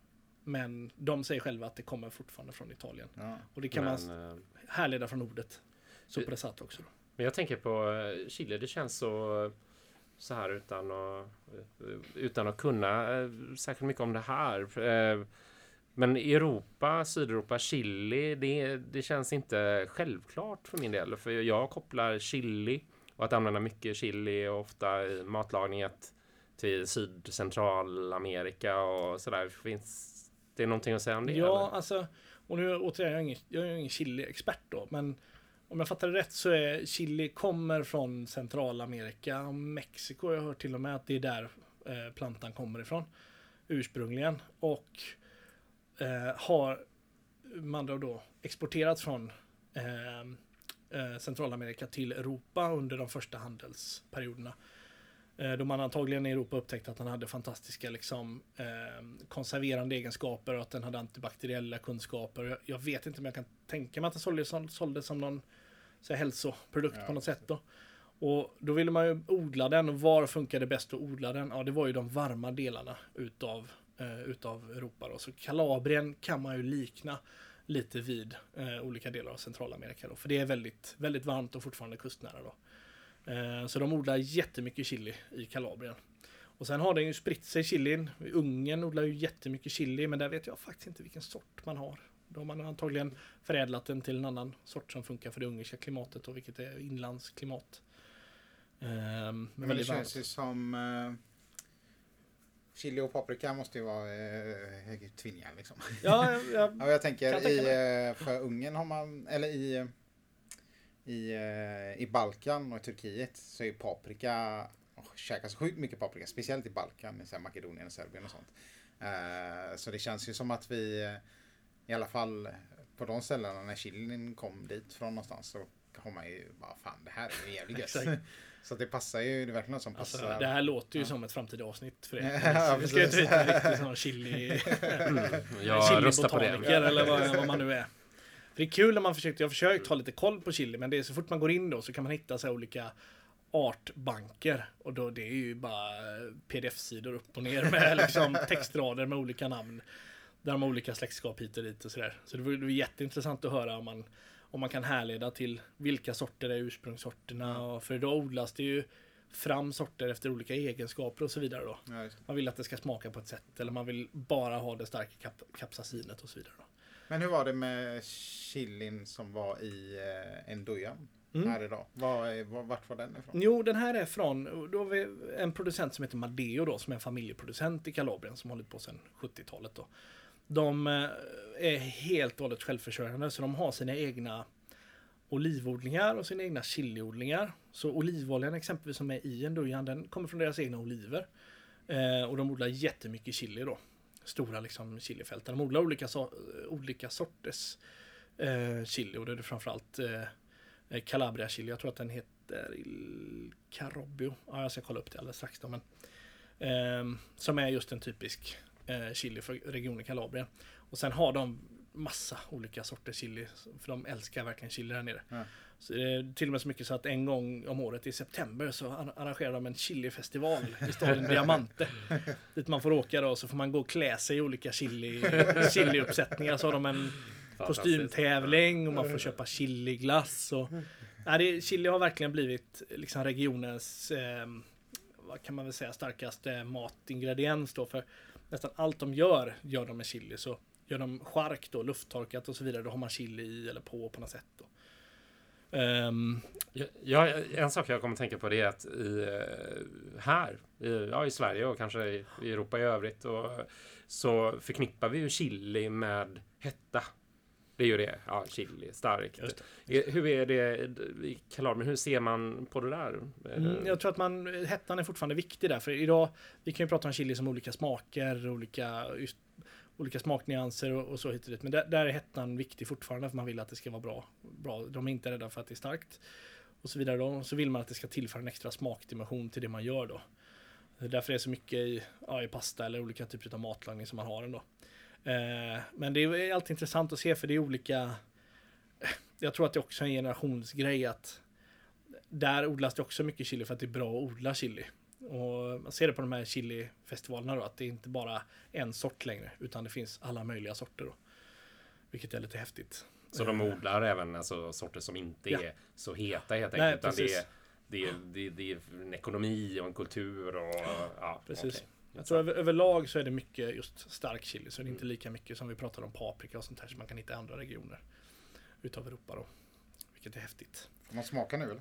Men de säger själva att det kommer fortfarande från Italien. Ja. Och det kan Men, man eh, härleda från ordet sopressata också då. Men jag tänker på eh, chili, det känns så så här utan att utan att kunna eh, särskilt mycket om det här. Eh, Men i Europa, Sydeuropa, chili, det, det känns inte självklart för min del. För jag kopplar chili och att använda mycket chili och ofta i matlagninget till Syd-Centralamerika och sådär. Finns det någonting att säga om det? Ja, eller? alltså, och nu återigen, jag är ingen, jag är ingen chili-expert då, men om jag fattar det rätt så är chili kommer från Centralamerika och Mexiko. Jag har hört till och med att det är där eh, plantan kommer ifrån ursprungligen. Och eh, har man då, då exporterats från eh, eh, Centralamerika till Europa under de första handelsperioderna. Eh, då man antagligen i Europa upptäckte att den hade fantastiska liksom, eh, konserverande egenskaper och att den hade antibakteriella kunskaper. Jag, jag vet inte om jag kan tänka mig att den såldes som, såldes som någon så här, hälsoprodukt ja, på något sätt då. Och då ville man ju odla den, och var funkar det bäst att odla den? Ja, det var ju de varma delarna utav, eh, utav Europa då. Så Kalabrien kan man ju likna lite vid eh, olika delar av Centralamerika då. För det är väldigt, väldigt varmt och fortfarande kustnära då. Eh, så de odlar jättemycket chili i Kalabrien. Och sen har den ju spritt sig chilin. Ungern odlar ju jättemycket chili, men där vet jag faktiskt inte vilken sort man har. Då har man antagligen förädlat den till en annan sort som funkar för det ungerska klimatet, och vilket är inlandsklimat. Um, men det känns ju som uh, chili och paprika måste ju vara uh, tvillingar liksom. Ja, jag, jag, ja, jag tänker tänka i, uh, för Ungern har man, eller i i, uh, i Balkan och i Turkiet så är paprika, oh, käkas sjukt mycket paprika, speciellt i Balkan, i så här Makedonien och Serbien och sånt. Uh, så det känns ju som att vi uh, i alla fall på de ställena när chilin kom dit från någonstans så har man ju bara, fan, det här är ju jävligt gött. Så det passar ju, det är verkligen något som passar. Alltså, det här låter ju ja. som ett framtida avsnitt för er. Ja, vi ska ju inte riktigt riktigt sån chili, mm. Jag röstar på det. Eller vad, vad man nu är. För det är kul när man försökt, jag har försökt ha lite koll på chili, men det är så fort man går in då så kan man hitta så här olika artbanker, och då det är ju bara pdf-sidor upp och ner med liksom textrader med olika namn. Där de har olika släktskap hit och dit och sådär. Så det var, det var jätteintressant att höra om man, om man kan härleda till vilka sorter är ursprungssorterna. Och för då odlas det ju fram sorter efter olika egenskaper och så vidare då. Ja, man vill att det ska smaka på ett sätt, eller man vill bara ha det starka kap- kapsaicinet och så vidare då. Men hur var det med chilin som var i eh, Endujan Mm. här idag? Var, är- var, vart var den ifrån? Jo, den här är från, då har vi en producent som heter Madeo då, som är en familjeproducent i Kalabrien som hållit på sedan sjuttiotalet då. De eh, är helt och hållet självförsörjande, så de har sina egna olivodlingar och sina egna chiliodlingar. Så olivoljan exempelvis som är i Endujan, den kommer från deras egna oliver. Eh, och de odlar jättemycket chili då. Stora liksom chilifält. De odlar olika, so olika sorters eh, chili, och det är framförallt eh, Calabria chili. Jag tror att den heter Il Carobio. Ja, jag ska kolla upp det alldeles strax då, men eh, som är just en typisk eh, chili för regionen Kalabrien. Och sen har de massa olika sorters chili, för de älskar verkligen chili där nere. Ja. Så det är till och med så mycket så att en gång om året i september så arrangerar de en chilifestival i staden Diamante. Dit man får åka då, så får man gå och klä sig i olika chili, chiliuppsättningar. Så har de en kostymtävling och man får köpa chiliglass. Och, nej, det, chili har verkligen blivit liksom regionens, eh, vad kan man väl säga, starkaste matingrediens då, för nästan allt de gör, gör de med chili. Så gör de chark då, lufttorkat och så vidare, då har man chili i eller på på något sätt då. Um, Ja, en sak jag kommer att tänka på det är att i, här, i, ja, i Sverige och kanske i, i Europa i övrigt och, så förknippar vi ju chili med hetta. Det är ju det. Ja, chili, starkt. Just det. Hur är det i Kalabrien? Hur ser man på det där? Mm, jag tror att man, hettan är fortfarande viktig där. För idag, vi kan ju prata om chili som olika smaker, olika, just, olika smaknyanser och, och så hit och dit. Men där, där är hettan viktig fortfarande, för man vill att det ska vara bra. bra. De är inte rädda för att det är starkt. Och så vidare då. Så vill man att det ska tillföra en extra smakdimension till det man gör då. Därför är det så mycket i, ja, i pasta eller olika typer av matlagning som man har ändå. Eh, men det är alltid intressant att se, för det är olika. Jag tror att det är också en generationsgrej att där odlas det också mycket chili för att det är bra att odla chili. Och man ser det på de här chilifestivalerna då, att det är inte bara en sort längre, utan det finns alla möjliga sorter då. Vilket är lite häftigt. Så de odlar även alltså, sorter som inte Ja. är så heta helt Nej, enkelt. Utan det precis. är, det, är, det, är, det är en ekonomi och en kultur. Och, ja, Precis. okej. Jag tror över, överlag så är det mycket just stark chili, så det är inte lika mycket som vi pratar om paprika och sånt här som man kan hitta i andra regioner utav Europa då. Vilket är häftigt. Får man smaka nu eller?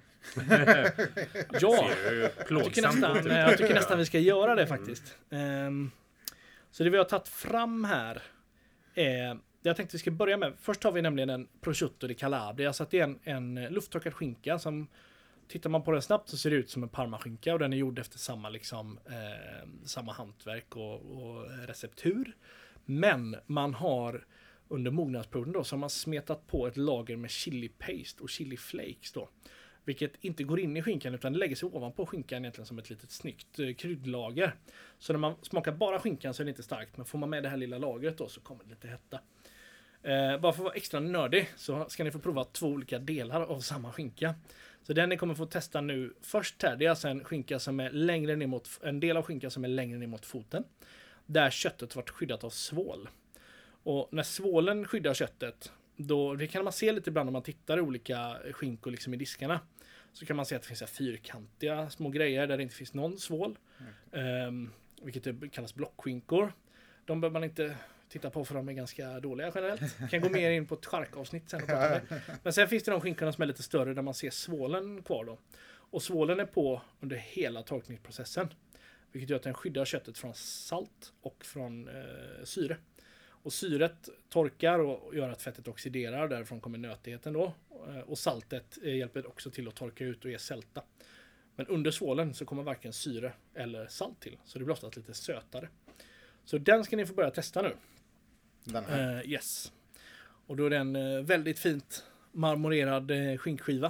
Ja, Ser ju jag tycker, plågsamt nästan, ut. jag tycker nästan vi ska göra det faktiskt. Ehm, så det vi har tagit fram här är, jag tänkte vi ska börja med, först har vi nämligen en prosciutto di Calabria, så att det är en, en lufttorkad skinka som, tittar man på den snabbt så ser det ut som en parmaskinka, och den är gjord efter samma, liksom, eh, samma hantverk och, och receptur. Men man har under mognadsperioden då, så har man smetat på ett lager med chili paste och chili flakes då. Vilket inte går in i skinkan, utan det lägger sig ovanpå skinkan egentligen som ett litet snyggt eh, kryddlager. Så när man smakar bara skinkan så är det inte starkt, men får man med det här lilla lagret då så kommer det lite hetta. Eh, bara för att vara extra nördig så ska ni få prova två olika delar av samma skinka. Så den ni kommer få testa nu först här, det är alltså en skinka som är längre ner mot, en del av skinkan som är längre ner mot foten. Där köttet varit skyddat av svål. Och när svålen skyddar köttet, då, det kan man se lite ibland om man tittar i olika skinkor liksom i diskarna. Så kan man se att det finns så här fyrkantiga små grejer där det inte finns någon svål. Mm. Um, vilket kallas blockskinkor. De behöver man inte titta på för de är ganska dåliga generellt. Kan gå mer in på ett charkavsnitt sen och prata med. Men sen finns det de skinkorna som är lite större där man ser svålen kvar då. Och svålen är på under hela torkningsprocessen. Vilket gör att den skyddar köttet från salt och från eh, syre. Och syret torkar och gör att fettet oxiderar, därifrån kommer nötigheten då. Och saltet hjälper också till att torka ut och ge sälta. Men under svålen så kommer varken syre eller salt till, så det blir oftast lite sötare. Så den ska ni få börja testa nu. Den här. Uh, yes. Och då är den uh, väldigt fint marmorerad uh, skinkskiva.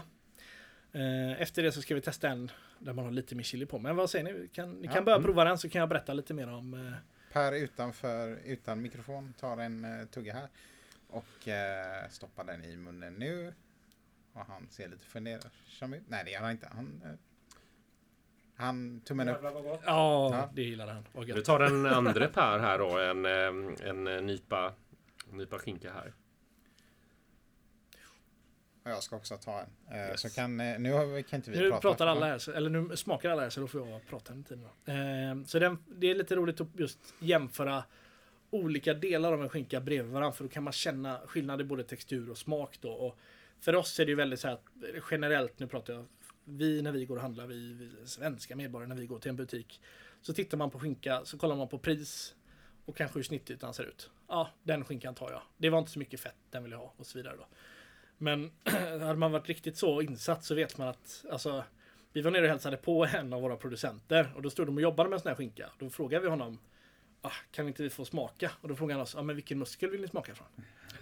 Uh, efter det så ska vi testa en där man har lite mer chili på. Men vad säger ni? Kan, ni kan Ja. börja prova den, så kan jag berätta lite mer om... Uh, Per utanför, utan mikrofon tar en uh, tugga här och uh, stoppar den i munnen nu. Och han ser lite fundersam ut. Nej, det gör han inte. Han, uh, han tummen upp. ja, Ja. det gillar han. Vad gött. Du tar den andra Per här då, en, en, en nypa, nypa skinka här. Och jag ska också ta en. Uh, Yes. Så kan, uh, nu har vi, kan inte vi Nu prata. pratar alla här, så- eller nu smakar alla här, så då får jag prata en tid då. Eh, så den, det är lite roligt att just jämföra olika delar av en skinka bredvid varandra, för då kan man känna skillnad i både textur och smak då. Och för oss är det ju väldigt så här att generellt, nu pratar jag, vi när vi går och handlar, vi, vi svenska medborgare när vi går till en butik, så tittar man på skinka, så kollar man på pris och kanske hur snittytan ser ut. Ja, den skinkan tar jag. Det var inte så mycket fett, den vill jag ha och så vidare då. Men hade man varit riktigt så insatt så vet man att, alltså, vi var nere och hälsade på en av våra producenter och då stod de och jobbade med en sån här skinka. Då frågade vi honom, ah, kan inte vi få smaka? Och då frågade han oss, ah, men vilken muskel vill ni smaka från?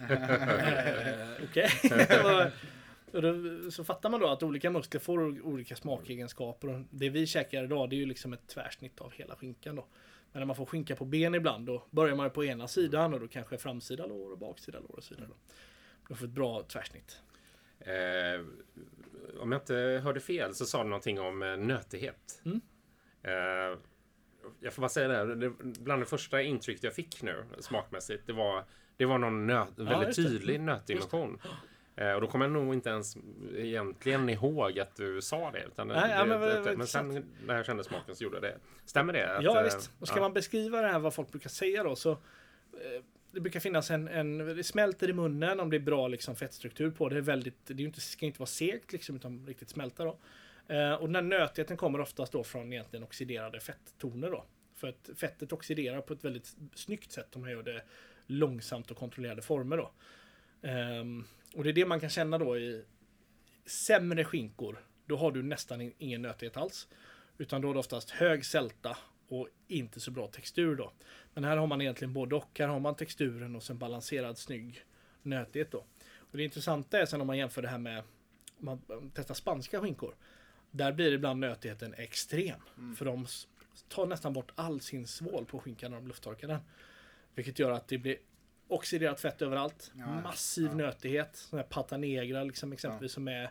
eh, Okej. Okay. Och då, så fattar man då att olika muskler får olika smakegenskaper. Och det vi käkar idag, det är ju liksom ett tvärsnitt av hela skinkan då. Men när man får skinka på ben ibland, då börjar man på ena sidan och då kanske framsida lår och baksida lår och så vidare. Då, då får ett bra tvärsnitt. Eh, om jag inte hörde fel så sa du någonting om eh, nötighet. Mm. Eh, jag får bara säga det, det, bland det första intryck jag fick nu smakmässigt, det var, det var någon nöt, Ja, väldigt just det. tydlig nötdimension. Eh, och då kommer jag nog inte ens egentligen ihåg att du sa det. Utan Nej, det, ja, men, det, men, men sen när jag kände smaken så gjorde jag det. Stämmer det? Att, Ja, eh, visst. Och ska ja. man beskriva det här, vad folk brukar säga då, så eh, det brukar finnas en, en, det smälter i munnen om det är bra liksom, fettstruktur på det. Det är väldigt, det är ju inte, ska inte vara segt liksom, utan riktigt smälta då. Eh, och den här nötigheten kommer oftast då från egentligen oxiderade fetttoner då. För att fettet oxiderar på ett väldigt snyggt sätt om man gör det långsamt och kontrollerade former då. Um, och det är det man kan känna då i sämre skinkor. Då har du nästan ingen nötighet alls. Utan då är det oftast hög sälta och inte så bra textur då. Men här har man egentligen både och. Här har man texturen och sen balanserad snygg nötighet då. Och det intressanta är sen om man jämför det här med om man testar spanska skinkor. Där blir ibland nötigheten extrem. Mm. För de tar nästan bort all sin svål på skinkan när de lufttorkar den. Vilket gör att det blir oxiderat fett överallt. Ja, massiv ja. nötighet. Sån här pata negra liksom exempelvis ja. som är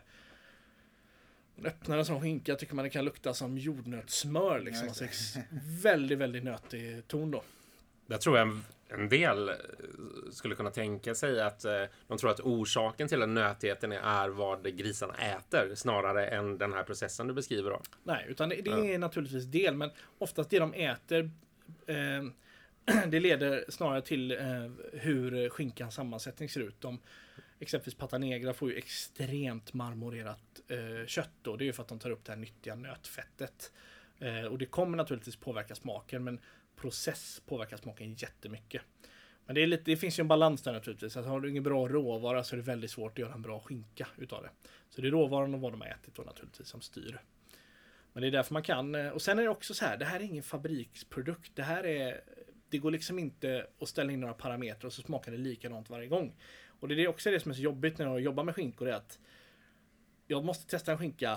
öppnar en sån skinka tycker man det kan lukta som jordnötssmör liksom. Alltså, väldigt, väldigt nötig ton då. Jag tror jag en del skulle kunna tänka sig att de tror att orsaken till den nötigheten är vad grisarna äter snarare än den här processen du beskriver då. Nej, utan det, det är ja. naturligtvis del, men oftast det de äter eh, det leder snarare till eh, hur skinkans sammansättning ser ut. De, exempelvis pata negra får ju extremt marmorerat eh, kött då. Det är ju för att de tar upp det här nyttiga nötfettet. Eh, och det kommer naturligtvis påverka smaken, men process påverkar smaken jättemycket. Men det, är lite, det finns ju en balans där naturligtvis. Att har du ingen bra råvara så är det väldigt svårt att göra en bra skinka utav det. Så det är råvaran och vad de har ätit då naturligtvis som styr. Men det är därför man kan. Och sen är det också så här, det här är ingen fabriksprodukt. Det här är, det går liksom inte att ställa in några parametrar och så smakar det likadant varje gång. Och det är också det som är så jobbigt när jag jobbar med skinkor, är att jag måste testa en skinka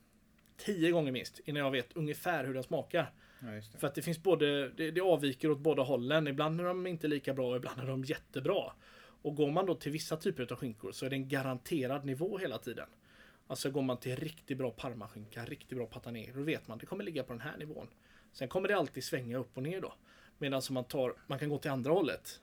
tio gånger minst innan jag vet ungefär hur den smakar. Ja, just det. För att det finns både, det, det avviker åt båda hållen. Ibland är de inte lika bra och ibland är de jättebra. Och går man då till vissa typer av skinkor så är det en garanterad nivå hela tiden. Alltså går man till riktigt bra parmaskinka, riktigt bra pata negra, då vet man att det kommer ligga på den här nivån. Sen kommer det alltid svänga upp och ner då. Medan som man tar, man kan gå till andra hållet.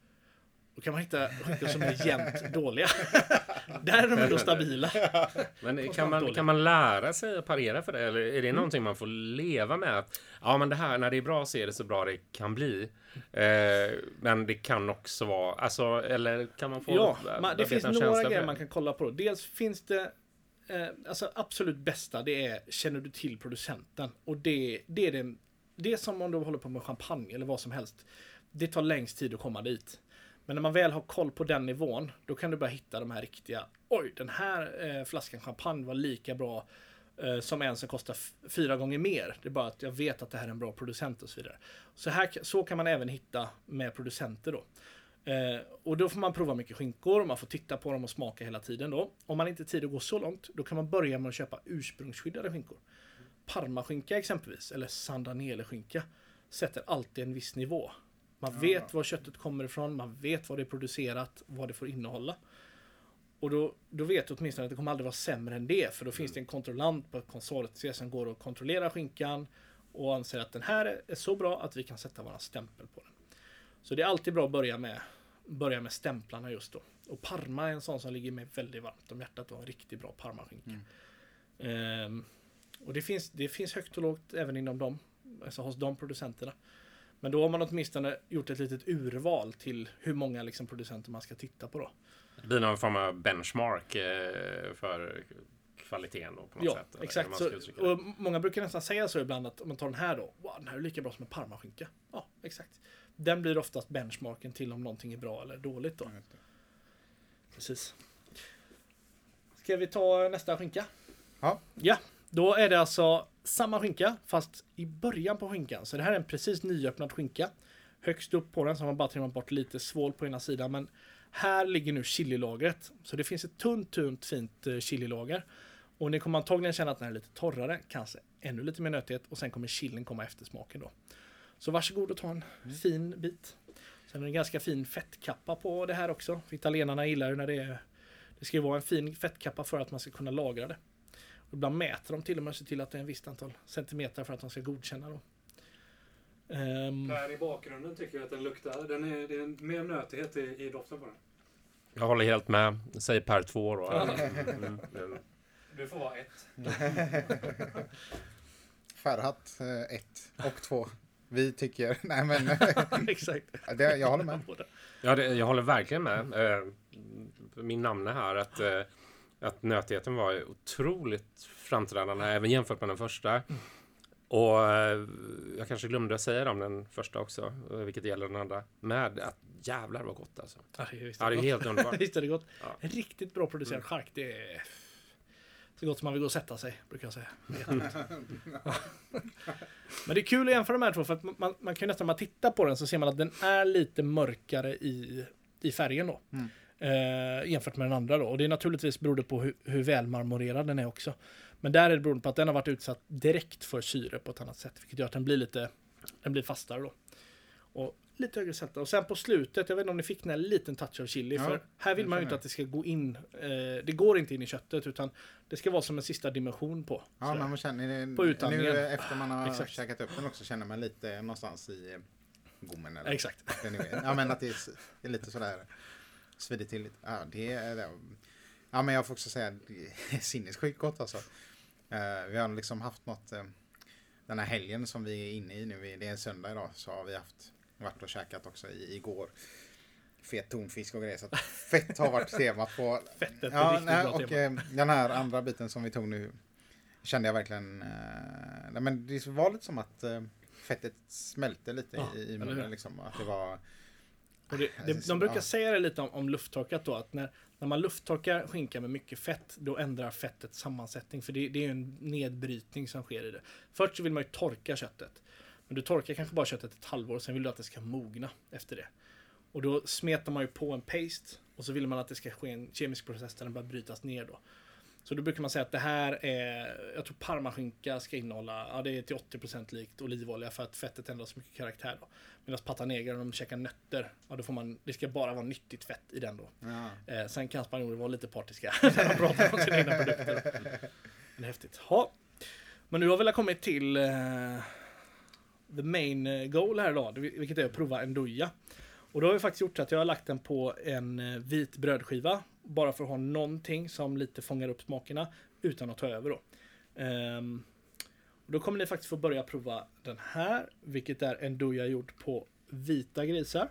Då kan man hitta skinkor som är jämnt dåliga. Där är de ändå stabila. Men kan man, kan man lära sig att parera för det? Eller är det mm. någonting man får leva med? Att, ja, men det här, när det är bra så är det så bra det kan bli. Eh, men det kan också vara, alltså, eller kan man få... Ja, man, det finns några grejer man kan kolla på. Dels finns det, eh, alltså absolut bästa, det är, känner du till producenten? Och det, det är det, det är som om du håller på med champagne eller vad som helst. Det tar längst tid att komma dit. Men när man väl har koll på den nivån, då kan du börja hitta de här riktiga, oj, den här eh, flaskan champagne var lika bra eh, som en som kostar f- fyra gånger mer. Det är bara att jag vet att det här är en bra producent och så vidare. Så, här, så kan man även hitta med producenter då. Eh, och då får man prova mycket skinkor, man får titta på dem och smaka hela tiden då. Om man inte har tid att gå så långt, då kan man börja med att köpa ursprungsskyddade skinkor. Parmaskinka exempelvis, eller San Daniele-skinka, sätter alltid en viss nivå. Man ja. vet var köttet kommer ifrån, man vet vad det är producerat, vad det får innehålla. Och då, då vet du åtminstone att det kommer aldrig vara sämre än det, för då mm. finns det en kontrollant på konsortiet som går och kontrollerar skinkan och anser att den här är så bra att vi kan sätta våra stämpel på den. Så det är alltid bra att börja med, börja med stämplarna just då. Och Parma är en sån som ligger mig väldigt varmt om hjärtat och en riktigt bra Parmaskinka. Mm. Ehm, och det finns, det finns högt och lågt även inom dem, alltså hos de producenterna. Men då har man åtminstone gjort ett litet urval till hur många liksom, producenter man ska titta på då. Det blir någon form av benchmark eh, för kvaliteten då, på något ja, sätt. Eller exakt. man Så, och många brukar nästan säga så ibland att om man tar den här då, wow, den här är lika bra som en parmaskinka. Ja, exakt. Den blir oftast benchmarken till om någonting är bra eller dåligt då. Precis. Ska vi ta nästa skinka? Ja. Ja, då är det alltså samma skinka fast i början på skinkan. Så det här är en precis nyöppnad skinka. Högst upp på den så har man bara trimmat bort lite svål på ena sidan. Men här ligger nu chililagret. Så det finns ett tunt, tunt, fint chililager. Och ni kommer antagligen känna att den är lite torrare. Kanske ännu lite mer nötighet. Och sen kommer chilin komma efter smaken då. Så varsågod och ta en mm. fin bit. Sen är det en ganska fin fettkappa på det här också. För italienarna gillar ju när det är... Det ska ju vara en fin fettkappa för att man ska kunna lagra det. Och ibland mäter de till och med och ser till att det är en visst antal centimeter för att de ska godkänna då. Um, Här i bakgrunden tycker jag att den luktar. Den är, det är mer nötighet i, i doften på den. Jag håller helt med. Säg per två då. Mm. Du får vara ett. Farhat eh, ett och två. Vi tycker... Nej men... Exakt. Det, jag håller med. Ja, det, jag håller verkligen med. Eh, min namn är här att, eh, att nötigheten var otroligt framträdande även jämfört med den första. Mm. Och eh, jag kanske glömde att säga det om den första också, vilket gäller den andra. Med att jävlar vad gott alltså. Ja, det är, ja, det är helt underbart. Visst är det gott. Ja. En riktigt bra producerad mm. chark, det är så gott som man vill gå och sätta sig, brukar jag säga. Men det är kul att jämföra de här två, för att man, man kan ju nästan, när man tittar på den så ser man att den är lite mörkare i, i färgen då. Mm. Eh, jämfört med den andra då. Och det är naturligtvis beroende på hur, hur välmarmorerad den är också. Men där är det beroende på att den har varit utsatt direkt för syre på ett annat sätt. Vilket gör att den blir lite den blir fastare då. Och lite högre sälta. Och sen på slutet, jag vet inte om ni fick en liten touch av chili. Ja, för här vill man ju inte att det ska gå in. Eh, det går inte in i köttet, utan det ska vara som en sista dimension på. Ja, men man känner det, på utandningen. Nu efter man har Exakt. käkat upp den också känner man lite någonstans i gommen. Eller exakt. Ja, men att det är, det är lite sådär svidigt till lite. Ja, det är, ja, men jag får också säga det är sinnessjukt gott alltså. Uh, vi har liksom haft något, uh, den här helgen som vi är inne i nu, det är en söndag idag, så har vi haft varit och käkat också i, igår. Fet tonfisk och grejer, så att fett har varit temat på. Fettet är ja, riktigt nej, bra och tema. uh, den här andra biten som vi tog nu kände jag verkligen, uh, nej, men det var lite som att uh, fettet smälte lite ja, i, i munnen liksom, att det var. Och det, det, de brukar säga det lite om, om lufttorkat då, att när, när man lufttorkar skinka med mycket fett, då ändrar fettet sammansättning, för det, det är ju en nedbrytning som sker i det. Först så vill man ju torka köttet, men du torkar kanske bara köttet ett halvår, sen vill du att det ska mogna efter det. Och då smetar man ju på en paste, och så vill man att det ska ske en kemisk process där den börjar brytas ner då. Så då brukar man säga att det här är, jag tror parmaskinka ska innehålla, ja det är till åttio procent likt olivolja för att fettet ändrar så mycket karaktär då. Medan pataneger, om de käkar nötter, ja då får man, det ska bara vara nyttigt fett i den då. Ja. Eh, sen kan spanjorer vara lite partiska när de pratar om sina egna produkter. Men det är häftigt. Ja. Men nu har vi väl kommit till uh, the main goal här då, vilket är att prova en nduja. Och då har vi faktiskt gjort så att jag har lagt den på en vit brödskiva. Bara för att ha någonting som lite fångar upp smakerna utan att ta över då. Um, och då kommer ni faktiskt få börja prova den här. Vilket är en nduja gjord på vita grisar.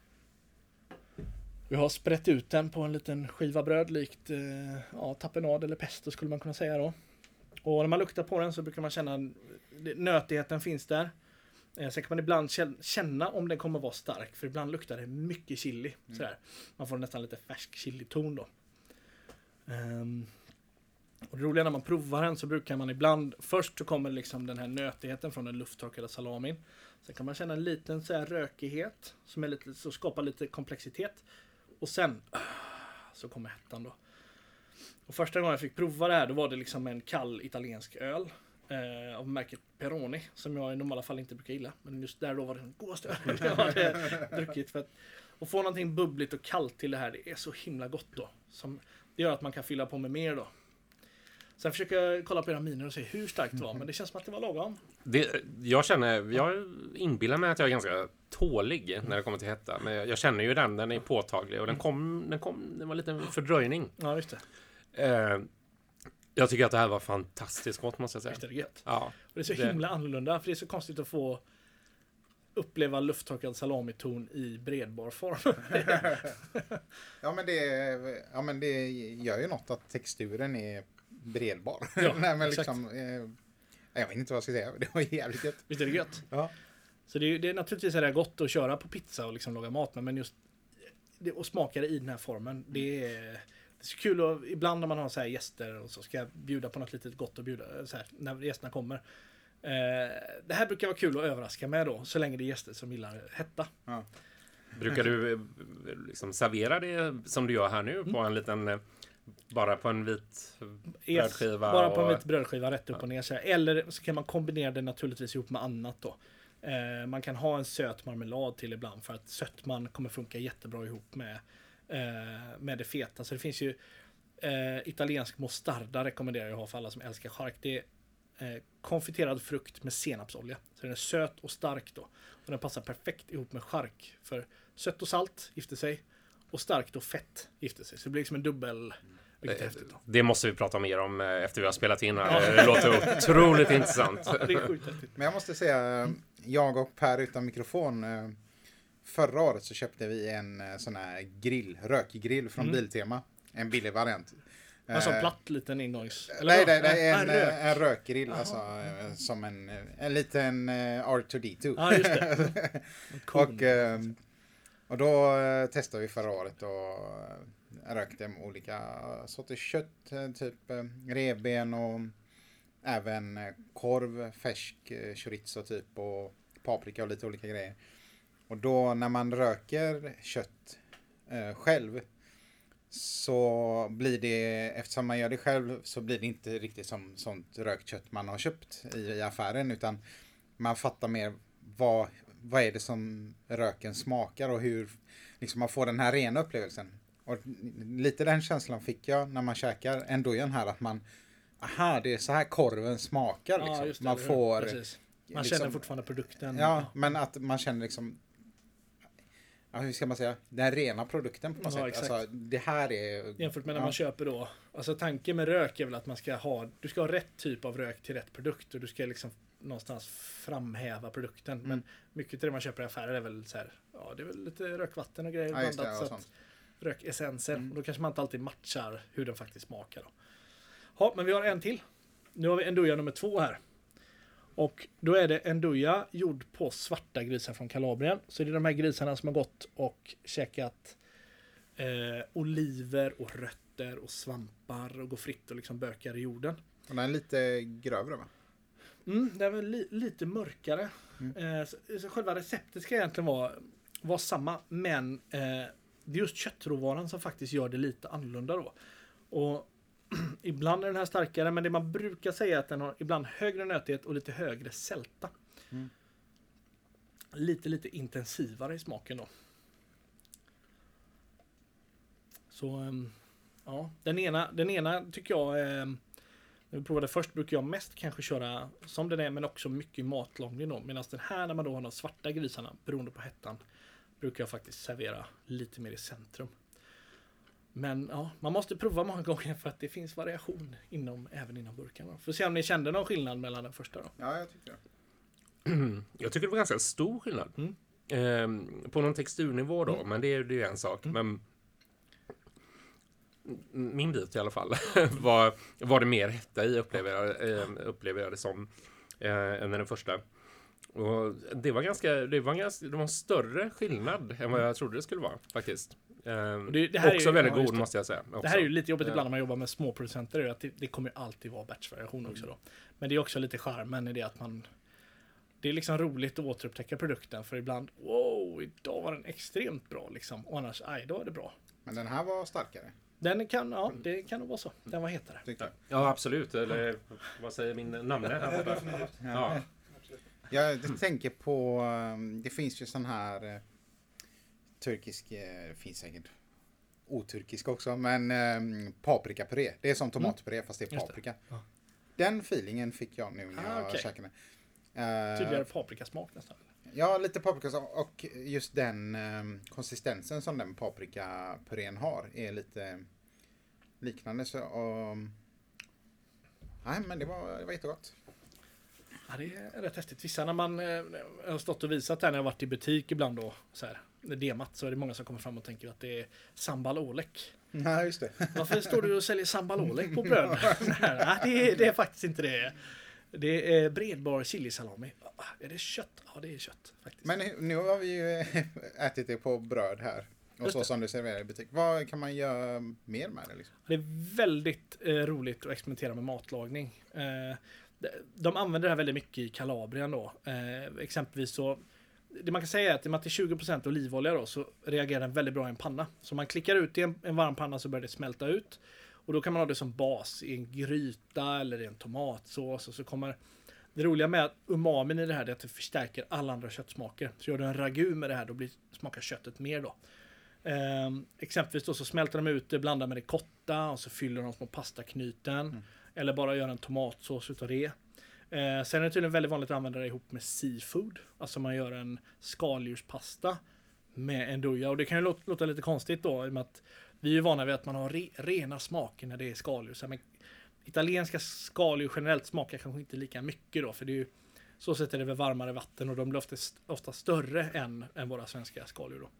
Vi har sprätt ut den på en liten skiva bröd likt uh, ja, tapenad eller pesto skulle man kunna säga då. Och när man luktar på den så brukar man känna nötigheten finns där. Sen kan man ibland känna om den kommer vara stark. För ibland luktar det mycket chili. Mm. Sådär. Man får nästan lite färsk chili-ton då. Um, och det roliga när man provar den så brukar man ibland... Först så kommer liksom den här nötigheten från den lufttorkade salamin. Sen kan man känna en liten så här rökighet. Som är lite, så skapar lite komplexitet. Och sen så kommer hettan då. Och första gången jag fick prova det här då var det liksom en kall italiensk öl. Eh, av märket Peroni, som jag i normala fall inte brukar gilla, men just där då var det den godaste ölen jag hade druckit. För att, att få någonting bubbligt och kallt till det här, det är så himla gott då, som det gör att man kan fylla på med mer då. Sen försöker jag kolla på era miner och se hur starkt det var, men det känns som att det var lagom. Det, jag känner, jag inbillar mig att jag är ganska tålig när det kommer till hetta, men jag, jag känner ju den, den är påtaglig och den kom, den kom, det var lite fördröjning. Ja, just det. Eh, Jag tycker att det här var fantastiskt gott, måste jag säga. Visst är det gött. Ja, och det är så det... himla annorlunda, för det är så konstigt att få uppleva lufttorkad salamiton i bredbar form. Ja, men det, ja, men det gör ju något att texturen är bredbar. Ja, Nej, men exakt. liksom, eh, jag vet inte vad jag ska säga. Det var jävligt gött. Visst är det gött? Ja. Så det är, det är naturligtvis är det gott att köra på pizza och liksom laga mat, men just det, och smaka det i den här formen, det är, det är så kul. Och ibland när man har så här gäster och så ska jag bjuda på något litet gott att bjuda så här, när gästerna kommer. Eh, det här brukar vara kul att överraska med då, så länge det är gäster som gillar hetta. Ja. Brukar du eh, liksom servera det som du gör här nu på en liten, eh, bara på en vit brödskiva? Bara på en och- vit brödskiva rätt upp och ner. Så här. Eller så kan man kombinera det naturligtvis ihop med annat då. Eh, man kan ha en söt marmelad till ibland för att sötman kommer funka jättebra ihop med, eh, med det feta. Så det finns ju eh, italiensk mostarda rekommenderar jag att ha för alla som älskar chark. Det är eh, konfiterad frukt med senapsolja. Så den är söt och stark då. Och den passar perfekt ihop med chark. För sött och salt gifter sig. Och starkt och fett gifter sig. Så det blir liksom en dubbel... Vilket är häftigt då. Det måste vi prata mer om eh, efter vi har spelat in här. Det låter otroligt intressant. Ja, det är sjukt häftigt. Men jag måste säga, jag och Per utan mikrofon, eh, förra året så köpte vi en eh, sån här grill, rökgrill från Mm. Biltema. En billig variant. En sån Eh, platt liten ingångs... Nej, vad? nej, nej, en, en rök. rök. en rökgrill, alltså eh, som en, en liten eh, R två D två. Ja, just det. Cool. och, eh, och då eh, testade vi förra året och eh, rökte med olika sorters kött, eh, typ eh, revben och även eh, korv, färsk eh, chorizo typ och paprika och lite olika grejer. Och då när man röker kött eh, själv så blir det, eftersom man gör det själv så blir det inte riktigt som sånt rökt kött man har köpt i, i affären, utan man fattar mer vad, vad är det som röken smakar och hur liksom man får den här rena upplevelsen. Och lite den känslan fick jag när man käkar ändå igen här, att man, aha, det är så här korven smakar liksom. Ja, just det, man eller hur? får Precis. Man liksom- känner fortfarande produkten. Ja, men att man känner liksom, ja, hur ska man säga, den rena produkten på något Ja, sätt. exakt. Alltså, det här är... Jämfört med när ja. man köper då. Alltså tanken med rök är väl att man ska ha, du ska ha rätt typ av rök till rätt produkt och du ska liksom någonstans framhäva produkten. Mm. Men mycket till det man köper i affärer är väl så här, ja det är väl lite rökvatten och grejer Ja, just det, blandat, ja, så att sånt. rökessenser. Mm. Och då kanske man inte alltid matchar hur den faktiskt smakar då. Ja, men vi har en till. Nu har vi Nduja nummer två här. Och då är det Nduja gjord på svarta grisar från Kalabrien. Så det är de här grisarna som har gått och käkat eh, oliver och rötter och svampar och går fritt och liksom bökar i jorden. Och den är lite grövre, va? Mm, det är väl li- lite mörkare. Mm. Eh, så, så själva receptet ska egentligen vara, vara samma, men eh, det är just köttråvaran som faktiskt gör det lite annorlunda då. Och ibland är den här starkare, men det man brukar säga är att den har ibland högre nötighet och lite högre sälta. Mm. Lite, lite intensivare i smaken då. Så, ehm, ja. Den ena, den ena tycker jag, ehm, när vi provade först brukar jag mest kanske köra som den är, men också mycket matlagning då. Medan den här, när man då har de svarta grisarna, beroende på hettan, brukar jag faktiskt servera lite mer i centrum. Men ja, man måste prova många gånger för att det finns variation inom, även inom burkarna. Får se om ni kände någon skillnad mellan den första då. Ja, jag tycker det. Jag tycker det var ganska stor skillnad. Mm. Ehm, på någon texturnivå då, men det är det är en sak. Mm. Men min bit i alla fall var, var det mer hetta i, upplever jag, eh, upplever jag det som, eh, än den första. Och det var ganska, det var ganska, det var en större skillnad än vad jag trodde det skulle vara faktiskt. Eh, Och det- det här är också ju- väldigt ja, just god det. måste jag säga. Också. Det här är ju lite jobbigt Ja. ibland när man jobbar med småproducenter, är att det, det kommer ju alltid vara batchvariation också då. Men det är också lite charmen i det att man, det är liksom roligt att återupptäcka produkten, för ibland, wow, idag var den extremt bra liksom. Och annars, aj, då är det bra. Men den här var starkare, Den kan, ja, det kan nog vara så. Den var hetare. tycker jag. Ja, absolut. Eller vad säger min namne här borta? Ja. Jag tänker på, um, det finns ju sån här uh, turkisk, uh, det finns säkert oturkisk också, men um, paprikapuré. Det är som tomatpuré fast det är Just det. paprika. Ja. Den feelingen fick jag nu när Ah, jag okej. käkade. Uh, Tydligare paprikasmak nästan. Ja, lite paprika så- och just den um, konsistensen som den paprikapurén har är lite liknande. Så, um, nej, men det var, det var jättegott. Ja, det är rätt häftigt. Vissa när man eh, har stått och visat här när jag har varit i butik ibland då, så här, när demat, så är det många som kommer fram och tänker att det är sambal olek. Nej, just det. Varför står du och säljer sambal olek på bröd? Nej, det är, det är faktiskt inte det. Det är bredbar chilisalami. Är det kött? Ja, det är kött faktiskt. Men nu har vi ju ätit det på bröd här. Och Just så det. som du serverar i butik. Vad kan man göra mer med det? Liksom? Det är väldigt eh, roligt att experimentera med matlagning. Eh, de, de använder det här väldigt mycket i Kalabrien då. Eh, exempelvis så, det man kan säga är att i och med att det är tjugo procent olivolja då, så reagerar den väldigt bra i en panna. Så man klickar ut i en, en varm panna så börjar det smälta ut. Och då kan man ha det som bas i en gryta eller i en tomatsås. Och så kommer det roliga med att umamin i det här är att det förstärker alla andra köttsmaker. Så gör du en ragu med det här, då blir, smakar köttet mer då. Eh, exempelvis då så smälter de ut det, blandar med ricotta och så fyller de små pastaknyten. Mm. Eller bara gör en tomatsås utav det. Eh, sen är det tydligen väldigt vanligt att använda det ihop med seafood. Alltså man gör en skaldjurspasta med en doja. Och det kan ju låta, låta lite konstigt då, i och med att vi är ju vana vid att man har re, rena smaker när det är skaldjur. Så här, men italienska skaldjur generellt smakar kanske inte lika mycket då, för det är ju så sätter det väl varmare vatten och de blir ofta, ofta större än, än våra svenska skaldjur då.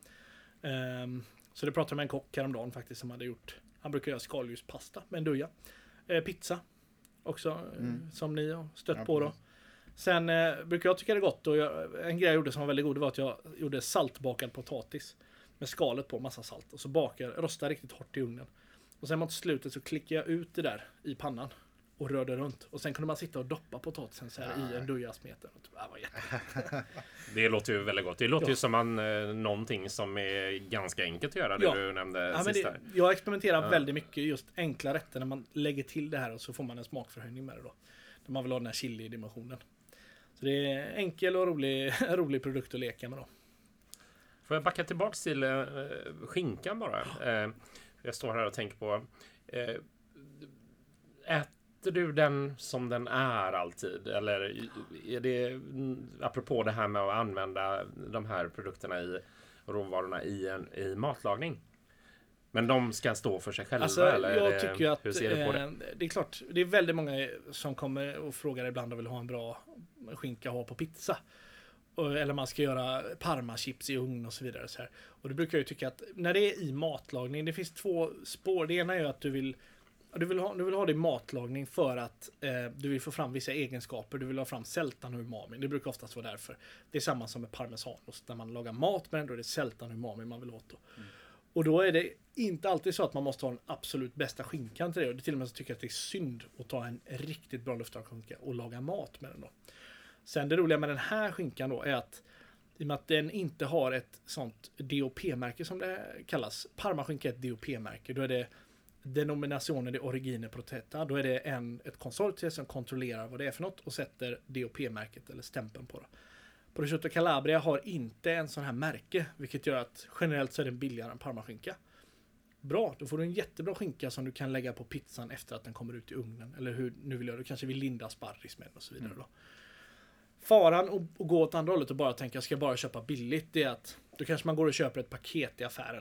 Um, så det pratade jag med en kock häromdagen faktiskt som hade gjort, han brukar göra skaldjurspasta med en doja. Eh, pizza också, mm. eh, som ni har stött ja, på då. Sen eh, brukar jag tycka det är gott, och jag, en grej jag gjorde som var väldigt god, det var att jag gjorde saltbakad potatis med skalet på, massa salt, och så bakar, rostar riktigt hårt i ugnen. Och sen mot slutet så klickar jag ut det där i pannan och rörde runt. Och sen kunde man sitta och doppa potatisen så här ja. i en dujasmeten. Det var jätte. Det låter ju väldigt gott. Det låter ja. ju som man, eh, någonting som är ganska enkelt att göra, det ja. du nämnde ja, sist det, här. Jag experimenterar ja. väldigt mycket just enkla rätter när man lägger till det här, och så får man en smakförhöjning med det då. När man vill ha den här chili-dimensionen. Så det är enkel och rolig, rolig produkt att leka med då. Får jag backa tillbaks till eh, skinkan bara? Eh, jag står här och tänker på eh, äter du den som den är alltid? Eller är det, apropå det här med att använda de här produkterna i råvarorna i, en, i matlagning? Men de ska stå för sig själva? Alltså, eller jag det, tycker att hur ser du på det? Eh, det är klart, det är väldigt många som kommer och frågar ibland och vill ha en bra skinka att ha på pizza. Eller man ska göra parmachips i ugn och så vidare. Så här. Och det brukar jag ju tycka att när det är i matlagning, det finns två spår. Det ena är ju att du vill, du vill, ha, du vill ha det i matlagning för att eh, du vill få fram vissa egenskaper. Du vill ha fram sältan och umami. Det brukar oftast vara därför. Det är samma som med parmesanost. När man lagar mat med den, då är det sältan och umami man vill åt. Då. Mm. Och då är det inte alltid så att man måste ha den absolut bästa skinkan till det. Och det till och med så tycker jag att det är synd att ta en riktigt bra lufthavsskinka och laga mat med den då. Sen det roliga med den här skinkan då är att i och med att den inte har ett sånt D O P-märke som det kallas. Parmaskinka är ett D O P-märke. Då är det denominationen de origine protetta. Då är det en, ett konsortium som kontrollerar vad det är för något och sätter D O P-märket eller stämpeln på det. Prosciutto Calabria har inte en sån här märke, vilket gör att generellt så är den billigare än parmaskinka. Bra, då får du en jättebra skinka som du kan lägga på pizzan efter att den kommer ut i ugnen. Eller hur nu vill jag, du kanske vill linda sparris med och så vidare då. Faran att gå åt andra hållet och bara tänka jag ska bara köpa billigt, det är att då kanske man går och köper ett paket i affären.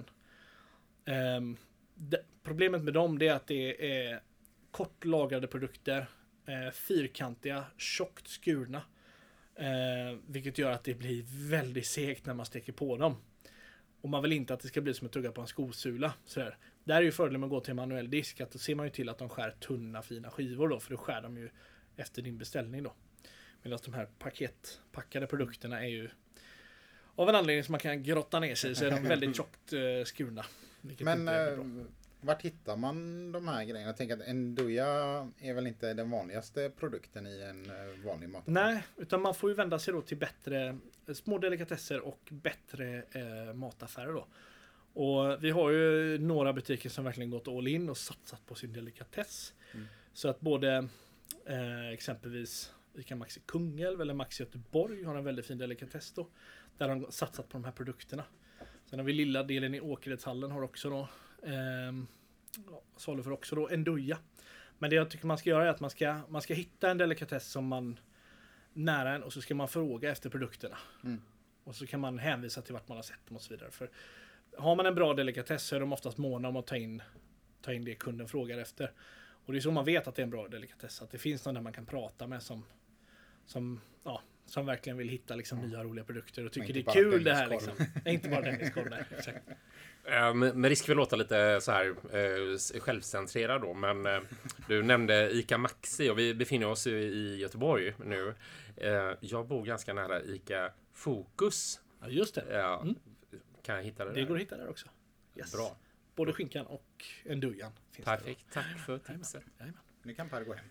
Um, det, problemet med dem det är att det är kortlagrade produkter, eh, fyrkantiga, tjockt skurna. Eh, vilket gör att det blir väldigt segt när man steker på dem. Och man vill inte att det ska bli som att tugga på en skosula. Sådär. Där är ju fördelen med att gå till manuell disk, att då ser man ju till att de skär tunna fina skivor då, för då skär de ju efter din beställning då. Medan de här paketpackade produkterna är ju av en anledning som man kan grotta ner sig, så är de väldigt tjockt eh, skurna. Men eh, vart hittar man de här grejerna? Jag tänker att en doja är väl inte den vanligaste produkten i en eh, vanlig mat. Nej, utan man får ju vända sig då till bättre små delikatesser och bättre eh, mataffärer då. Och vi har ju några butiker som verkligen gått all in och satsat på sin delikatess. Mm. Så att både eh, exempelvis Ica Maxi Kungälv eller Maxi Göteborg har en väldigt fin delikatess då, där de satsat på de här produkterna. Sen har vi lilla delen i Åkeredshallen har också då eh, salu för också då en doja. Men det jag tycker man ska göra är att man ska, man ska hitta en delikatess som man nära en, och så ska man fråga efter produkterna. Mm. Och så kan man hänvisa till vart man har sett dem och så vidare. För har man en bra delikatess så är de oftast måna om att ta in, ta in det kunden frågar efter. Och det är så man vet att det är en bra delikatess. Att det finns någon där man kan prata med som, som, ja, som verkligen vill hitta liksom, nya roliga produkter och tycker inte det är bara kul det här. Denniskorv. Liksom. Nej, inte bara Denniskorv, nej, exakt. Eh, Med med risk för att låta lite så här eh, självcentrerad då, men eh, du nämnde ICA Maxi och vi befinner oss i, i Göteborg nu. Eh, jag bor ganska nära ICA Fokus. Ja, just det. Ja, Mm. Kan jag hitta det Det där? går att hitta där också. Yes. Bra. Både skinkan och en dujan. Finns Perfekt, tack för tipset. Jajamän. Nu kan Per gå hem.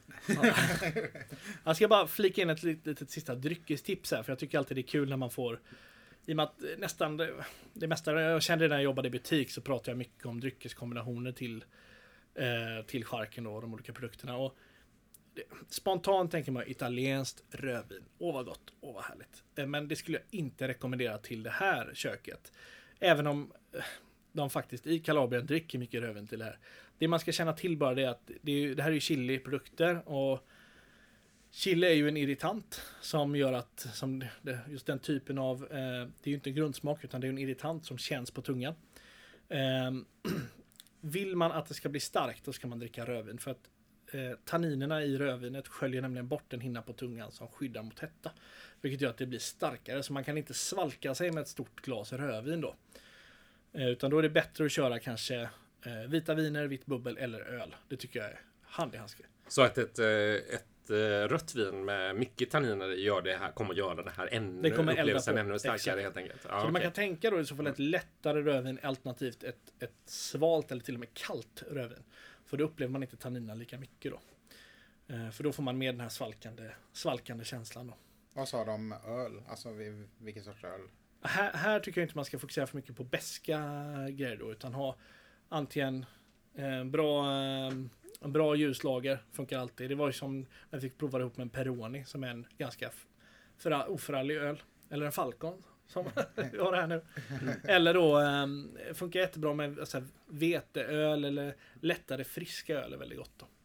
Jag ska bara flika in ett litet, litet sista dryckestips här, för jag tycker alltid det är kul när man får, i och med att nästan det, det mesta, jag kände när jag jobbade i butik så pratade jag mycket om dryckeskombinationer till, eh, till charken och de olika produkterna. Och det, spontant tänker man italienskt rödvin. Åh vad gott, åh vad härligt. Eh, men det skulle jag inte rekommendera till det här köket. Även om eh, de faktiskt i Kalabrien dricker mycket rödvin till det här. Det man ska känna till bara det är att det, är, det här är ju chili-produkter och chili är ju en irritant som gör att som det, just den typen av, eh, det är ju inte en grundsmak utan det är en irritant som känns på tungan. Eh, vill man att det ska bli starkt då ska man dricka rödvin för att eh, tanninerna i rödvinet sköljer nämligen bort en hinna på tungan som skyddar mot hetta. Vilket gör att det blir starkare så man kan inte svalka sig med ett stort glas rödvin då. Eh, utan då är det bättre att köra kanske eh, vita viner, vitt bubbel eller öl. Det tycker jag är hand i handske. Så att ett, eh, ett eh, rött vin med mycket tanniner gör det här, kommer göra det här ännu, Det kommer elda upplevelsen på. ännu starkare Exakt. helt enkelt. Ja, Så okej. man kan tänka då i så fall ett lättare rödvin alternativt ett, ett svalt eller till och med kallt rödvin. För då upplever man inte tanninerna lika mycket då. Eh, för då får man med den här svalkande, svalkande känslan då. Vad sa de om öl? Alltså vil- vilken sorts öl? Här, här tycker jag inte man ska fokusera för mycket på beska grejer då, utan ha antingen eh, bra, eh, en bra ljuslager, funkar alltid. Det var ju som jag fick prova det ihop med en Peroni som är en ganska f- förra- oförarglig öl. Eller en Falcon som vi har här nu. Eller då eh, funkar jättebra med alltså, veteöl eller lättare friska öl är väldigt gott då.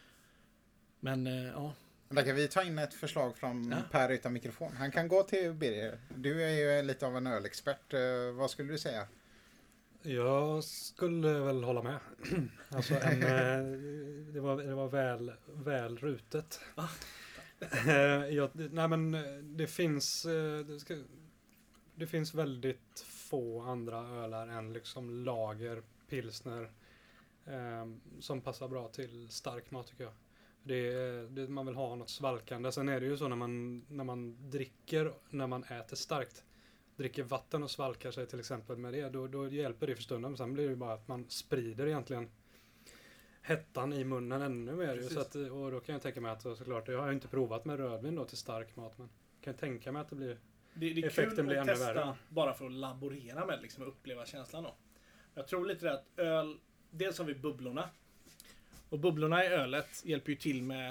Men eh, ja. Där kan vi ta in ett förslag från Ja. Per utan mikrofon. Han kan gå till Birger. Du är ju lite av en ölexpert. Eh, vad skulle du säga? Jag skulle väl hålla med. Alltså en, eh, det var, det var väl, väl rutet. Ah. Eh, jag, nej men eh, det finns eh, det, ska, det finns väldigt få andra ölar än liksom lager, pilsner eh, som passar bra till stark mat tycker jag. Det, det, man vill ha något svalkande. Sen är det ju så när man, när man dricker, när man äter starkt. Dricker vatten och svalkar sig till exempel med det. Då, då hjälper det för stunden. Men sen blir det ju bara att man sprider egentligen hettan i munnen ännu mer. Så att, och då kan jag tänka mig att såklart, jag har inte provat med rödvin då till stark mat. Men kan jag tänka mig att det blir... Det, det är Effekten kul blir att ännu testa värre. bara för att laborera med liksom, och uppleva känslan då. Jag tror lite det att öl, dels har vi bubblorna. Och bubblorna i ölet hjälper ju till med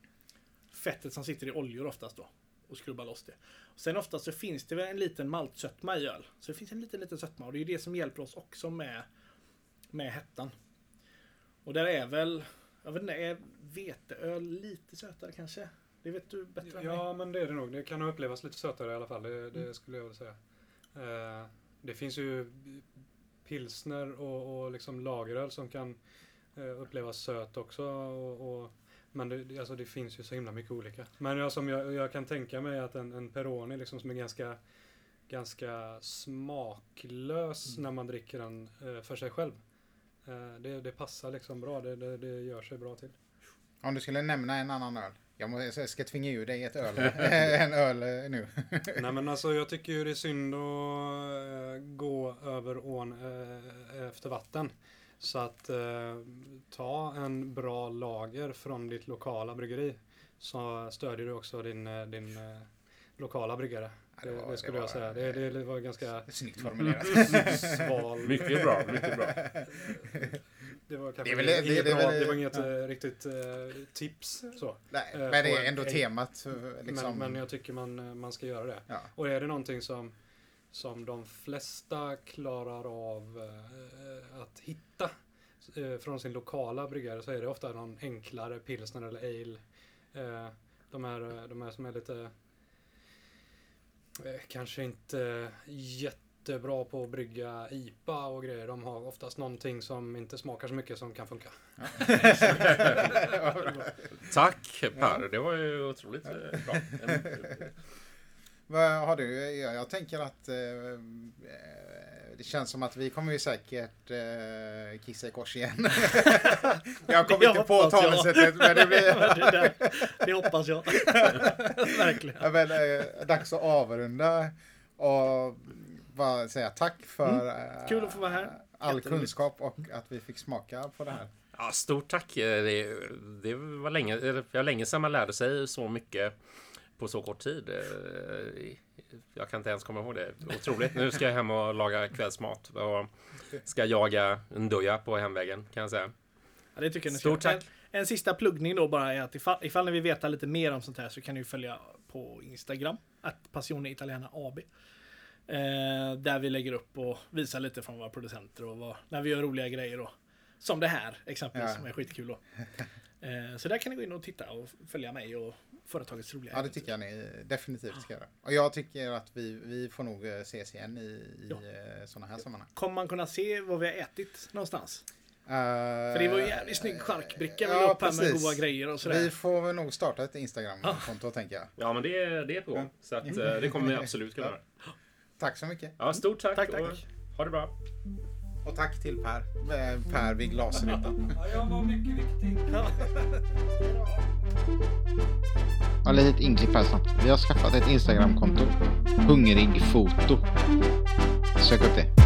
fettet som sitter i oljor oftast då. Och skrubbar loss det. Och sen oftast så finns det väl en liten maltsötma i öl. Så det finns en liten, liten sötma. Och det är ju det som hjälper oss också med, med hettan. Och där är väl, jag vet inte, är veteöl lite sötare kanske? Det vet du bättre än mig. Ja, men det är det nog. Det kan nog upplevas lite sötare i alla fall. Det, det skulle jag vilja säga. Eh, det finns ju pilsner och, och liksom lageröl som kan eh, upplevas söt också. Och, och, men det, alltså det finns ju så himla mycket olika. Men jag, som jag, jag kan tänka mig att en, en Peroni liksom som är ganska, ganska smaklös Mm. när man dricker den eh, för sig själv. Eh, det, det passar liksom bra. Det, det, det gör sig bra till. Om du skulle nämna en annan öl. Jag, måste, jag ska tvinga ur dig ett öl. en öl eh, nu. Nej men alltså jag tycker ju det är synd att äh, gå över ån äh, efter vatten. Så att äh, ta en bra lager från ditt lokala bryggeri. Så stödjer du också din, äh, din äh, lokala bryggare. Ja, det Det, var- det skulle det jag var- säga. Det, det, det var ganska Snyggt formulerat. sval. Mycket bra, mycket bra. Det var kanske Det är väl- inget, det- inget det är bra, väl- det var inget ja. äh, riktigt äh, tips. Så. Nej, Eh, men på det är en- ändå en- temat. eh, Liksom. Men, men jag tycker man, man ska göra det. Ja. Och är det någonting som, som de flesta klarar av eh, att hitta eh, från sin lokala bryggare så är det ofta någon enklare pilsner eller ale. Eh, de, här, de här som är lite eh, kanske inte jättebra på att brygga I P A och grejer. De har oftast någonting som inte smakar så mycket som kan funka. Tack Per, det var ju otroligt eh, bra. Vad har du? Jag, jag tänker att eh, det känns som att vi kommer ju säkert eh, kissa i kors igen. Jag kommer inte på talesättet, men det blir... det, där, det hoppas jag. Verkligen. Ja, men, eh, dags att avrunda och bara säga tack för mm. Kul att få vara här. all kunskap och att vi fick smaka på det här. Ja, stort tack. Det, det var länge, det var länge sedan man lärde sig så mycket på så kort tid. Jag kan inte ens komma ihåg det. Otroligt. Nu ska jag hem och laga kvällsmat och ska jaga en doja på hemvägen, kan jag säga. Ja, det tycker jag. Stort tack. En, en sista pluggning då bara är att ifall, ifall ni vill veta lite mer om sånt här så kan ni följa på Instagram att Passione Italiana A B. Eh, där vi lägger upp och visar lite från våra producenter och vad, när vi gör roliga grejer då. Som det här exempelvis, ja. Som är skitkul då. Eh, så där kan ni gå in och titta och följa mig och företagets roliga. Ja, det tycker jag ni definitivt ska göra. Och jag tycker att vi, vi får nog ses igen i, i ja. sådana här sammanhang. Kommer man kunna se vad vi har ätit någonstans? Uh, För det var ju jävligt snygg charkbricka med ja, upp här med goda grejer och sådär. Vi får nog starta ett Instagram-konto, ah. tänker jag. Ja, men det, det är på. Mm. Så att, det kommer vi absolut kunna göra. Ja. Tack så mycket. Ja, stort tack. Tack, tack. Och ha det bra. Och tack till Per. Per vid glasrutan. Ja, jag var mycket viktig. Ja, litet inklipp här snabbt. Vi har skaffat ett Instagram-konto. Hungrig foto. Sök upp det.